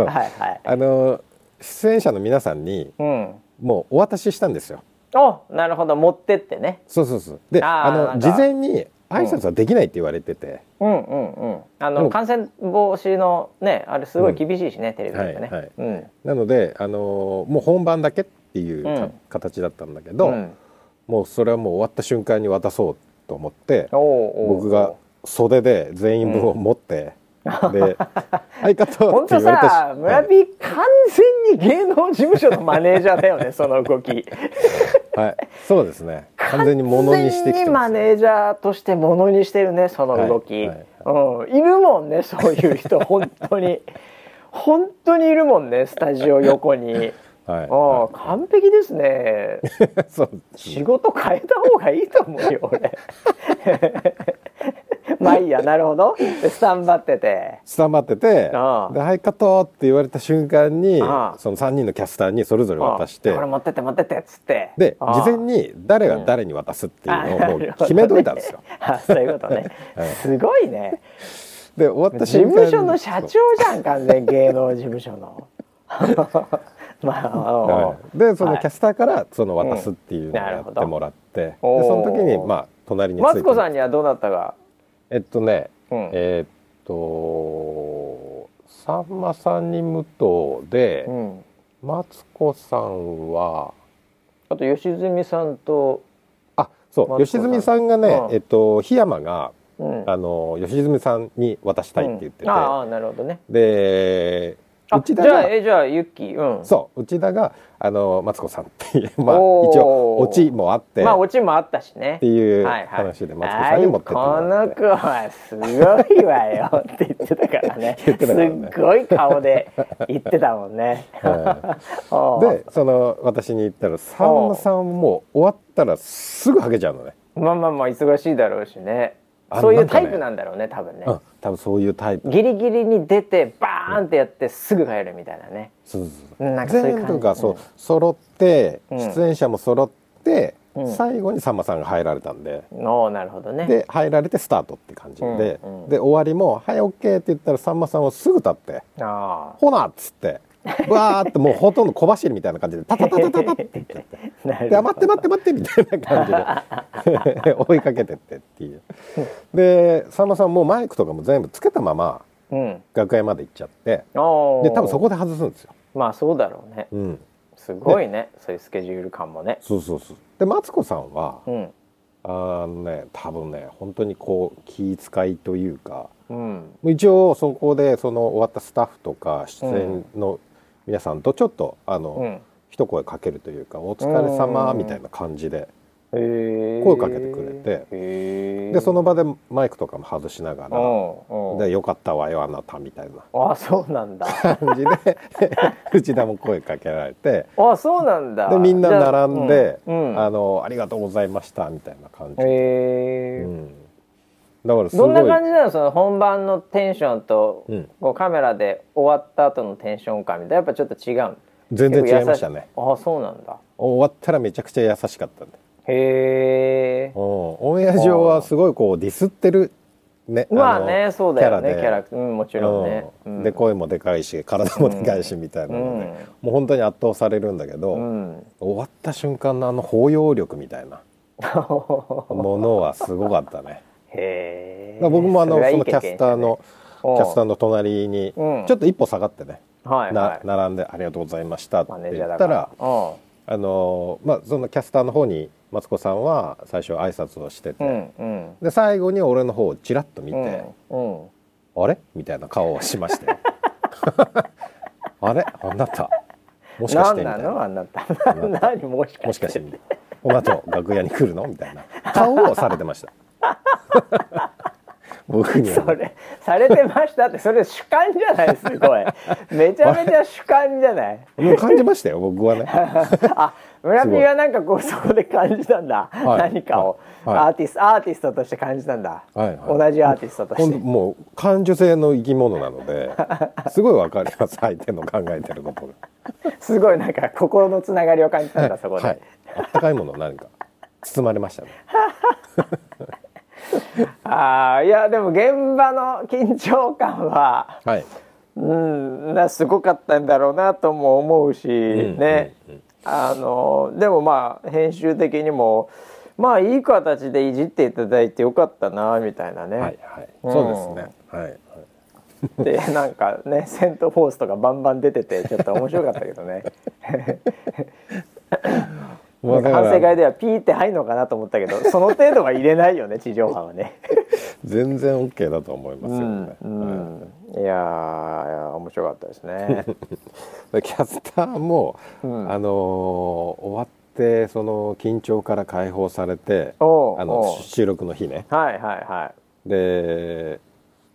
出演者の皆さんにもうお渡ししたんですよ。 なるほど、持ってってね。 そうで事前に挨拶はできないって言われてて、 感染防止のねあれすごい厳しいしね、テレビでね。 なのでもう本番だけっていう形だったんだけど、もうそれはもう終わった瞬間に渡そうと思って、僕が袖で全員分を持って、で相方って言われたし、 本当さ、村 P 完全に芸能事務所のマネージャーだよね、その動き。 そうですね。完全にものにしてきてます。完全にマネージャーとしてものにしてるね、その動き。いるもんね、そういう人。本当にいるもんね、スタジオ横に。完璧ですね。仕事変えた方がいいと思うよ、俺。いいや、なるほど。スタンバってて、 ではいカットって言われた瞬間にその3人のキャスターにそれぞれ渡して、 これ持ってってっつって、 で事前に誰が誰に渡すっていうのをもう決めといたんですよ。 そういうことね。すごいね。 で終わった事瞬間務所の社長じゃん完全芸能事務所のまあ、 でそのキャスターからその渡すっていうのをやってもらって、でその時にまあ隣についてマツコさんにはどうだったか。 さんまさんに無党で、マツコさんはあと吉住さんとそう吉住さんがね、檜山が、吉住さんに渡したいって言ってて、 ああなるほどね。 で内田がじゃあユッキー、 そう内田がマツコさんっていうまあ一応オチもあってまあオチもあったしねっていう話でマツコさんに持ってってもらって、 この子はすごいわよって言ってたからねすっごい顔で言ってたもんねでその私に言ったらさんまさんもう終わったらすぐはけちゃうのね。 まあ忙しいだろうしね。そういうタイプなんだろうね多分ね。 多分そういうタイプ。 ギリギリに出てバーンってやってすぐ帰るみたいなね。なんかそういう感じ。 全部が揃って出演者も揃って最後にさんまさんが入られたんで。 なるほどね。 で入られてスタートって感じで、で終わりも「はい OK」って言ったらさんまさんはすぐ立って「ほな」っつって。わーってもうほとんど小走りみたいな感じでタタタタタタって言っちゃってで待ってみたいな感じで追いかけてってっていうでさんまさんもうマイクとかも全部つけたまま楽屋まで行っちゃってで多分そこで外すんですよ。 まあそうだろうね、すごいねそういうスケジュール感もね。 そうでマツコさんは、多分ね本当にこう気遣いというか、一応そこでその終わったスタッフとか出演の皆さんとちょっと一声かけるというか「お疲れ様みたいな感じで声かけてくれて、でその場でマイクとかも外しながら「でよかったわよあなた」みたいなそうなんだ感じで内田も声かけられてそうなんだ。 でみんな並んで「ありがとうございました」みたいな感じで。だからすごいどんな感じなのその本番のテンションと、こうカメラで終わった後のテンション感みたいなやっぱちょっと違う。 全然違いましたね。 そうなんだ。 終わったらめちゃくちゃ優しかったんで。 へえ。 オンエア上はすごいこうディスってるね。 まあねそうだよねキャラもちろんね。 で声もでかいし体もでかいしみたいなので、もう本当に圧倒されるんだけど、終わった瞬間の包容力みたいなものはすごかったね。僕もそのキャスターの隣にちょっと一歩下がってね、並んで「ありがとうございました」って言ったらそのキャスターの方にマツコさんは最初挨拶をしてて、で最後に俺の方をチラッと見て「あれ?」みたいな顔をしましたよ。あれあなたもしかしてみたいな。 何なのあなた何もしかしてこの後楽屋に来るのみたいな顔をされてました。僕にはそれされてましたってそれ主観じゃないすごいめちゃめちゃ主観じゃない。 もう感じましたよ僕はね。 村Pはなんかこうそこで感じたんだ、何かを、アーティストとして感じたんだ、同じアーティストとしてもう感受性の生き物なのですごいわかります相手の考えてることが。 すごいなんか心のつながりを感じたんだそこで、 あったかいもの何か包まれましたね。 いやでも現場の緊張感は、すごかったんだろうなとも思うしね。でもまあ編集的にもまあいい形でいじっていただいてよかったなみたいなね。 そうですね。 でなんかねセントフォースとかバンバン出ててちょっと面白かったけどね。反省会ではピーって入るのかなと思ったけどその程度は入れないよね地上波はね。 全然 OK だと思いますよね。 いや面白かったですね。 キャスターも、終わってその緊張から解放されて収録の日ね。で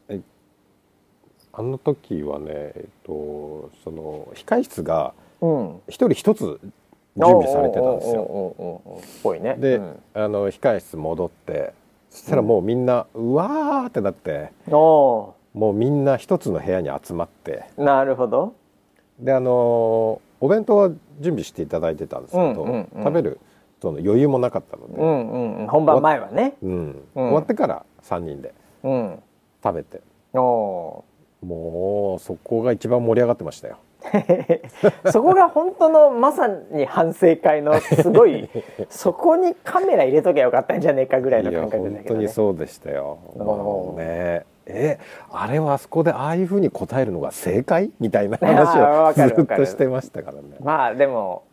あの時はねその控室が一人一つ準備されてたんですよ。で控室戻ってそしたらもうみんなうわーってなってもうみんな一つの部屋に集まって。 なるほど。 でお弁当は準備していただいてたんですけど、食べるその余裕もなかったので、 本番前はね、 終わってから3人で食べて、 おもうそこが一番盛り上がってましたよ。 そこが本当のまさに反省会のすごいそこにカメラ入れときゃよかったんじゃねえかぐらいの感覚だけどね。 本当にそうでしたよ。もうね、あれはあそこでああいうふうに答えるのが正解みたいな話をずっとしてましたからね。 まあでも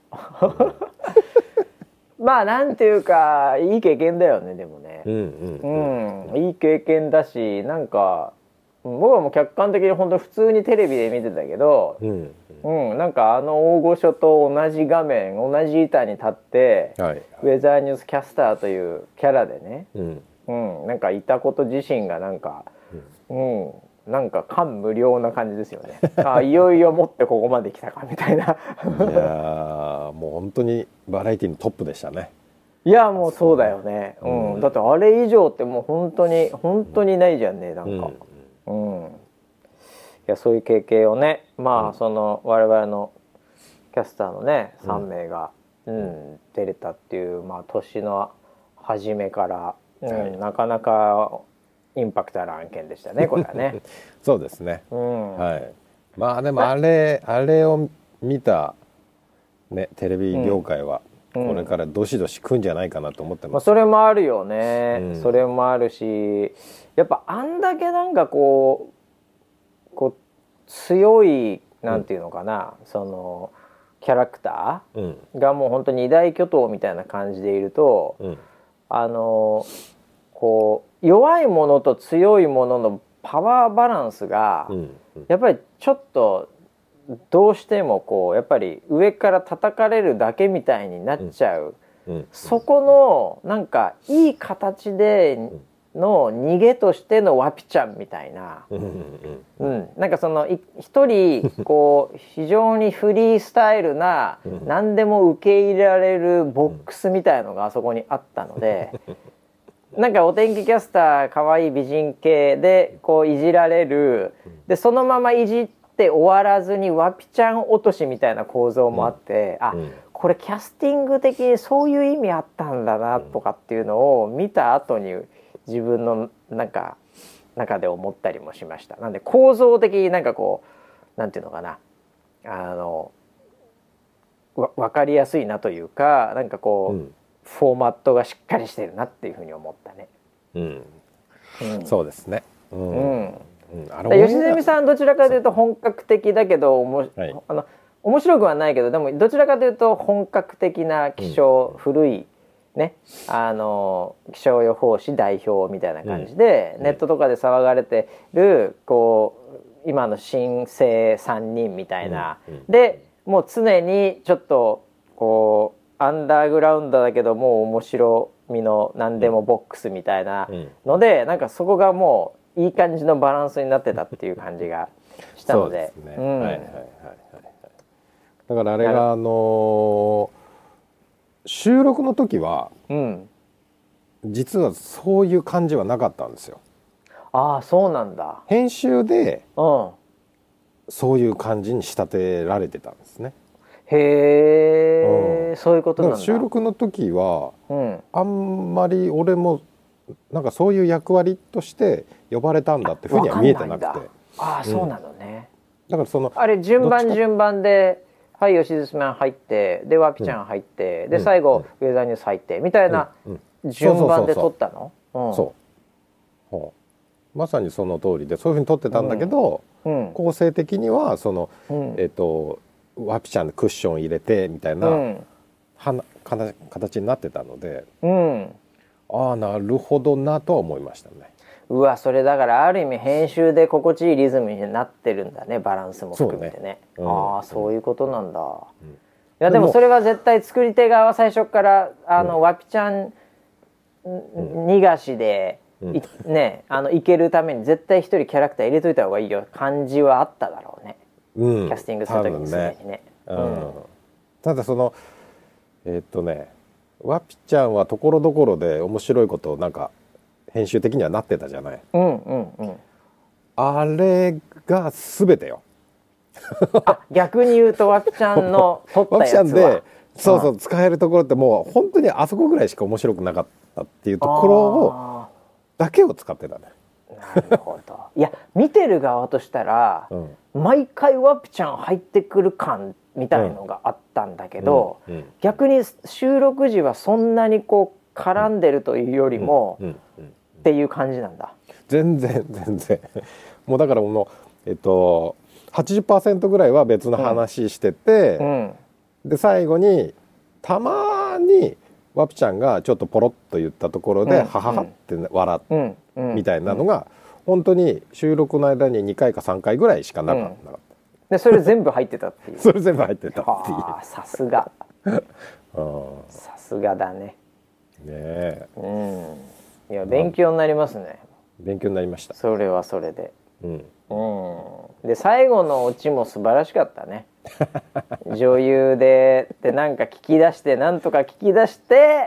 まあなんていうかいい経験だよね。でもね、いい経験だし、なんか僕はもう客観的に本当普通にテレビで見てたけど、なんかあの大御所と同じ画面同じ板に立って、ウェザーニュースキャスターというキャラでね、なんかいたこと自身がなんか、なんか感無量な感じですよね。いよいよもってここまで来たかみたいな。 いやもう本当にバラエティのトップでしたね。 いやもうそうだよね。だってあれ以上ってもう本当にないじゃんね、なんか。いやそういう経験をね、まあその我々のキャスターのね3名が、出れたっていう、まあ年の初めから、なかなかインパクトある案件でしたね、これはね。 そうですね。はい。まあでもあれを見たねテレビ業界はこれからどしどし来んじゃないかなと思ってます。 それもあるよね。それもあるし、やっぱあんだけなんかこう強いなんていうのかな、そのキャラクターがもう本当に二大巨頭みたいな感じでいると、こう弱いものと強いもののパワーバランスがやっぱりちょっとどうしてもこうやっぱり上から叩かれるだけみたいになっちゃう、そこのなんかいい形での逃げとしてのワピちゃんみたいな、なんかその一人こう非常にフリースタイルな何でも受け入れられるボックスみたいのがあそこにあったので、なんかお天気キャスター可愛い美人系でこういじられる、でそのままいじって終わらずにワピちゃん落としみたいな構造もあって、これキャスティング的にそういう意味あったんだなとかっていうのを見た後に自分のなんか中で思ったりもしました。なんで構造的になんかこうなんていうのかな、分かりやすいなというか、なんかこう、フォーマットがしっかりしてるなっていうふうに思ったね。 そうですね。 吉住さんどちらかというと本格的だけど面白くはないけど、でもどちらかというと本格的な気象、古いね、気象予報士代表みたいな感じで、ネットとかで騒がれてるこう今の新星3人みたいな、でもう常にちょっとこうアンダーグラウンドだけどもう面白みの何でもボックスみたいなので、なんかそこがもういい感じのバランスになってたっていう感じがしたので、 だからあれが収録の時は、実はそういう感じはなかったんですよ。 ああそうなんだ。 編集で、そういう感じに仕立てられてたんですね。 へえ、そういうことなんだ。 収録の時は、あんまり俺もなんかそういう役割として呼ばれたんだってふうには見えてなくて。 ああそうなのね。 だからそのあれ順番ではい吉住さん入ってでワピちゃん入って、で最後ウェザーニュース入ってみたいな順番で撮ったの。 まさにその通りでそういうふうに撮ってたんだけど、構成的にはそのワピちゃんでクッション入れてみたいな、形になってたので、ああなるほどなとは思いましたね。 うわ、それだからある意味編集で心地いいリズムになってるんだね、バランスも含めてね。ああそういうことなんだ。いやでもそれは絶対作り手側は最初からワピちゃん逃がしでね、いけるために絶対一人キャラクター入れといた方がいいよ感じはあっただろうね、キャスティングする時にすでにね。 ただそのワピちゃんはところどころで面白いことをなんか編集的にはなってたじゃない。あれが全てよ。 逆に言うとワピちゃんの撮ったやつはワピちゃんでそう使えるところってもう本当にあそこぐらいしか面白くなかったっていうところをだけを使ってたね。 なるほど。いや見てる側としたら、毎回ワプちゃん入ってくる感みたいのがあったんだけど、逆に収録時はそんなにこう絡んでるというよりも、っていう感じなんだ。 全然もうだから80% ぐらいは別の話してて、で最後にたまにワプちゃんがちょっとポロッと言ったところで、はははって笑うみたいなのが、本当に収録の間に2回か3回ぐらいしかなかった、 でそれ全部入ってたっていう。 それ全部入ってたっていう。 さすがさすがだね。 ねえ、 いや勉強になりますね。 勉強になりました。 それはそれで、で最後のオチも素晴らしかったね。女優でなんか聞き出してなんとか聞き出して、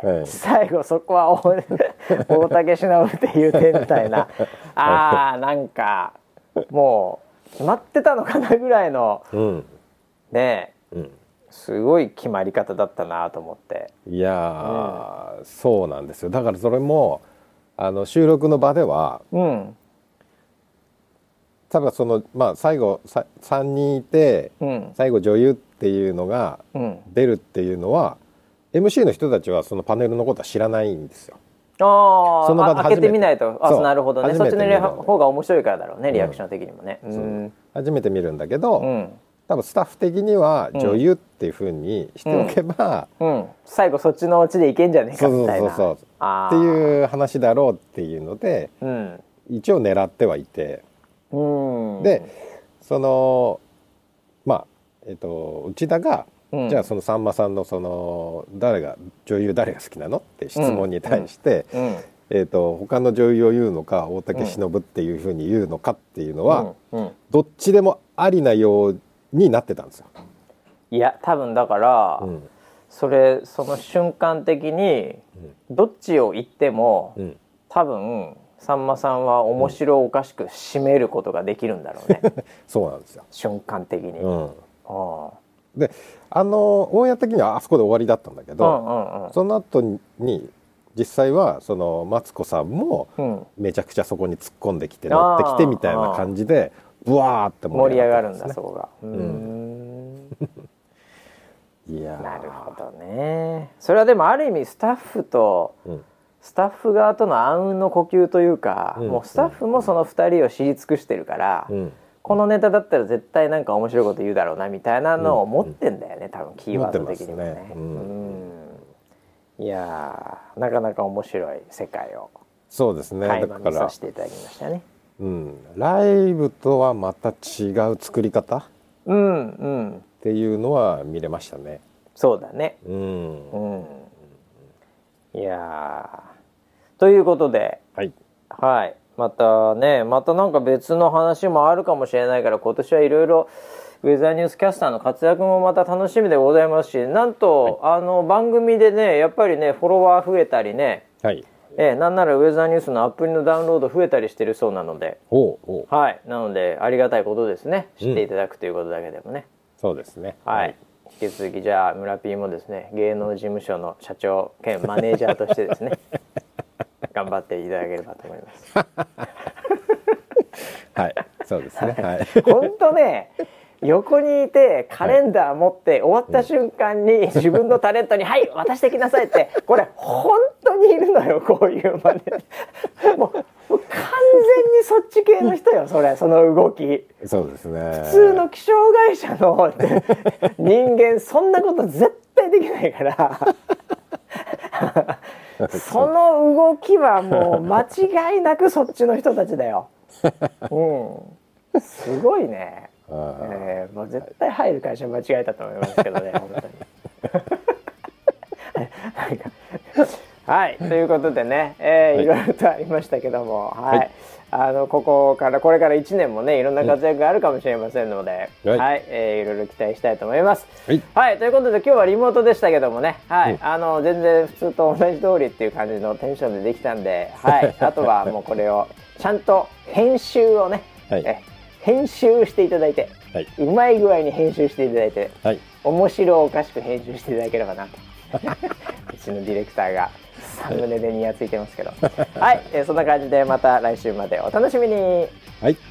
最後そこは大竹しのぶっていう点みたいななんかもう決まってたのかなぐらいの、ねえ、すごい決まり方だったなと思って。 いや、そうなんですよ。だからそれも収録の場では、多分最後3人いて、最後女優っていうのが出るっていうのは、MC の人たちはそのパネルのことは知らないんですよ。 その場で開けてみないと。なるほどね。そっちの方が面白いからだろうね、リアクション的にもね。 初めて見るんだけど、多分スタッフ的には女優っていう風にしておけば、 最後そっちのオチでいけんじゃねえかみたいなっていう話だろうっていうので、一応狙ってはいて、で内田が、じゃあそのさんまさんの女優誰が好きなのって質問に対して、他の女優を言うのか大竹しのぶっていうふうに言うのかっていうのは、どっちでもありなようになってたんですよ。 いや多分だから、その瞬間的にどっちを言っても、多分さんまさんは面白おかしく締めることができるんだろうね。 そうなんですよ。 瞬間的に。 でオンエア的にはあそこで終わりだったんだけど、その後に実際はそのマツコさんもめちゃくちゃそこに突っ込んできて乗ってきてみたいな感じでブワーって盛り上がるんだ、そこが。 いやなるほどね。それはでもある意味スタッフ側との暗雲の呼吸というか、もうスタッフもその2人を知り尽くしてるから、このネタだったら絶対なんか面白いこと言うだろうなみたいなのを持ってんだよね、多分キーワード的にもね。いやなかなか面白い世界を垣間見させていただきましたね。 ライブとはまた違う作り方っていうのは見れましたね。 そうだね。いやということで、またなんか別の話もあるかもしれないから、今年はいろいろウェザーニュースキャスターの活躍もまた楽しみでございますし、なんと、番組でねやっぱりねフォロワー増えたりね、なんならウェザーニュースのアプリのダウンロード増えたりしてるそうなので、なのでありがたいことですね、知っていただくということだけでもね。 そうですね。 引き続きじゃあ村 P もですね、芸能事務所の社長兼マネージャーとしてですね頑張っていただければと思います。 そうですね。 本当ね、横にいてカレンダー持って終わった瞬間に自分のタレントに「はい渡してきなさい」って、これ本当にいるのよ、こういうマネもう完全にそっち系の人よ、その動き。そうですね。普通の気象会社の人間そんなこと絶対できないからその動きはもう間違いなくそっちの人たちだよ。すごいね。もう絶対入る会社間違えたと思いますけどね、本当に。ということでね、いろいろとありましたけども、これから1年もねいろんな活躍があるかもしれませんので、いろいろ期待したいと思います。ということで今日はリモートでしたけどもね、全然普通と同じ通りっていう感じのテンションでできたんで、あとはもうこれをちゃんと編集をね、編集していただいて、うまい具合に編集していただいて、面白おかしく編集していただければなとうちのディレクターがサムネでニヤついてますけどはい、そんな感じでまた来週までお楽しみに。 はい。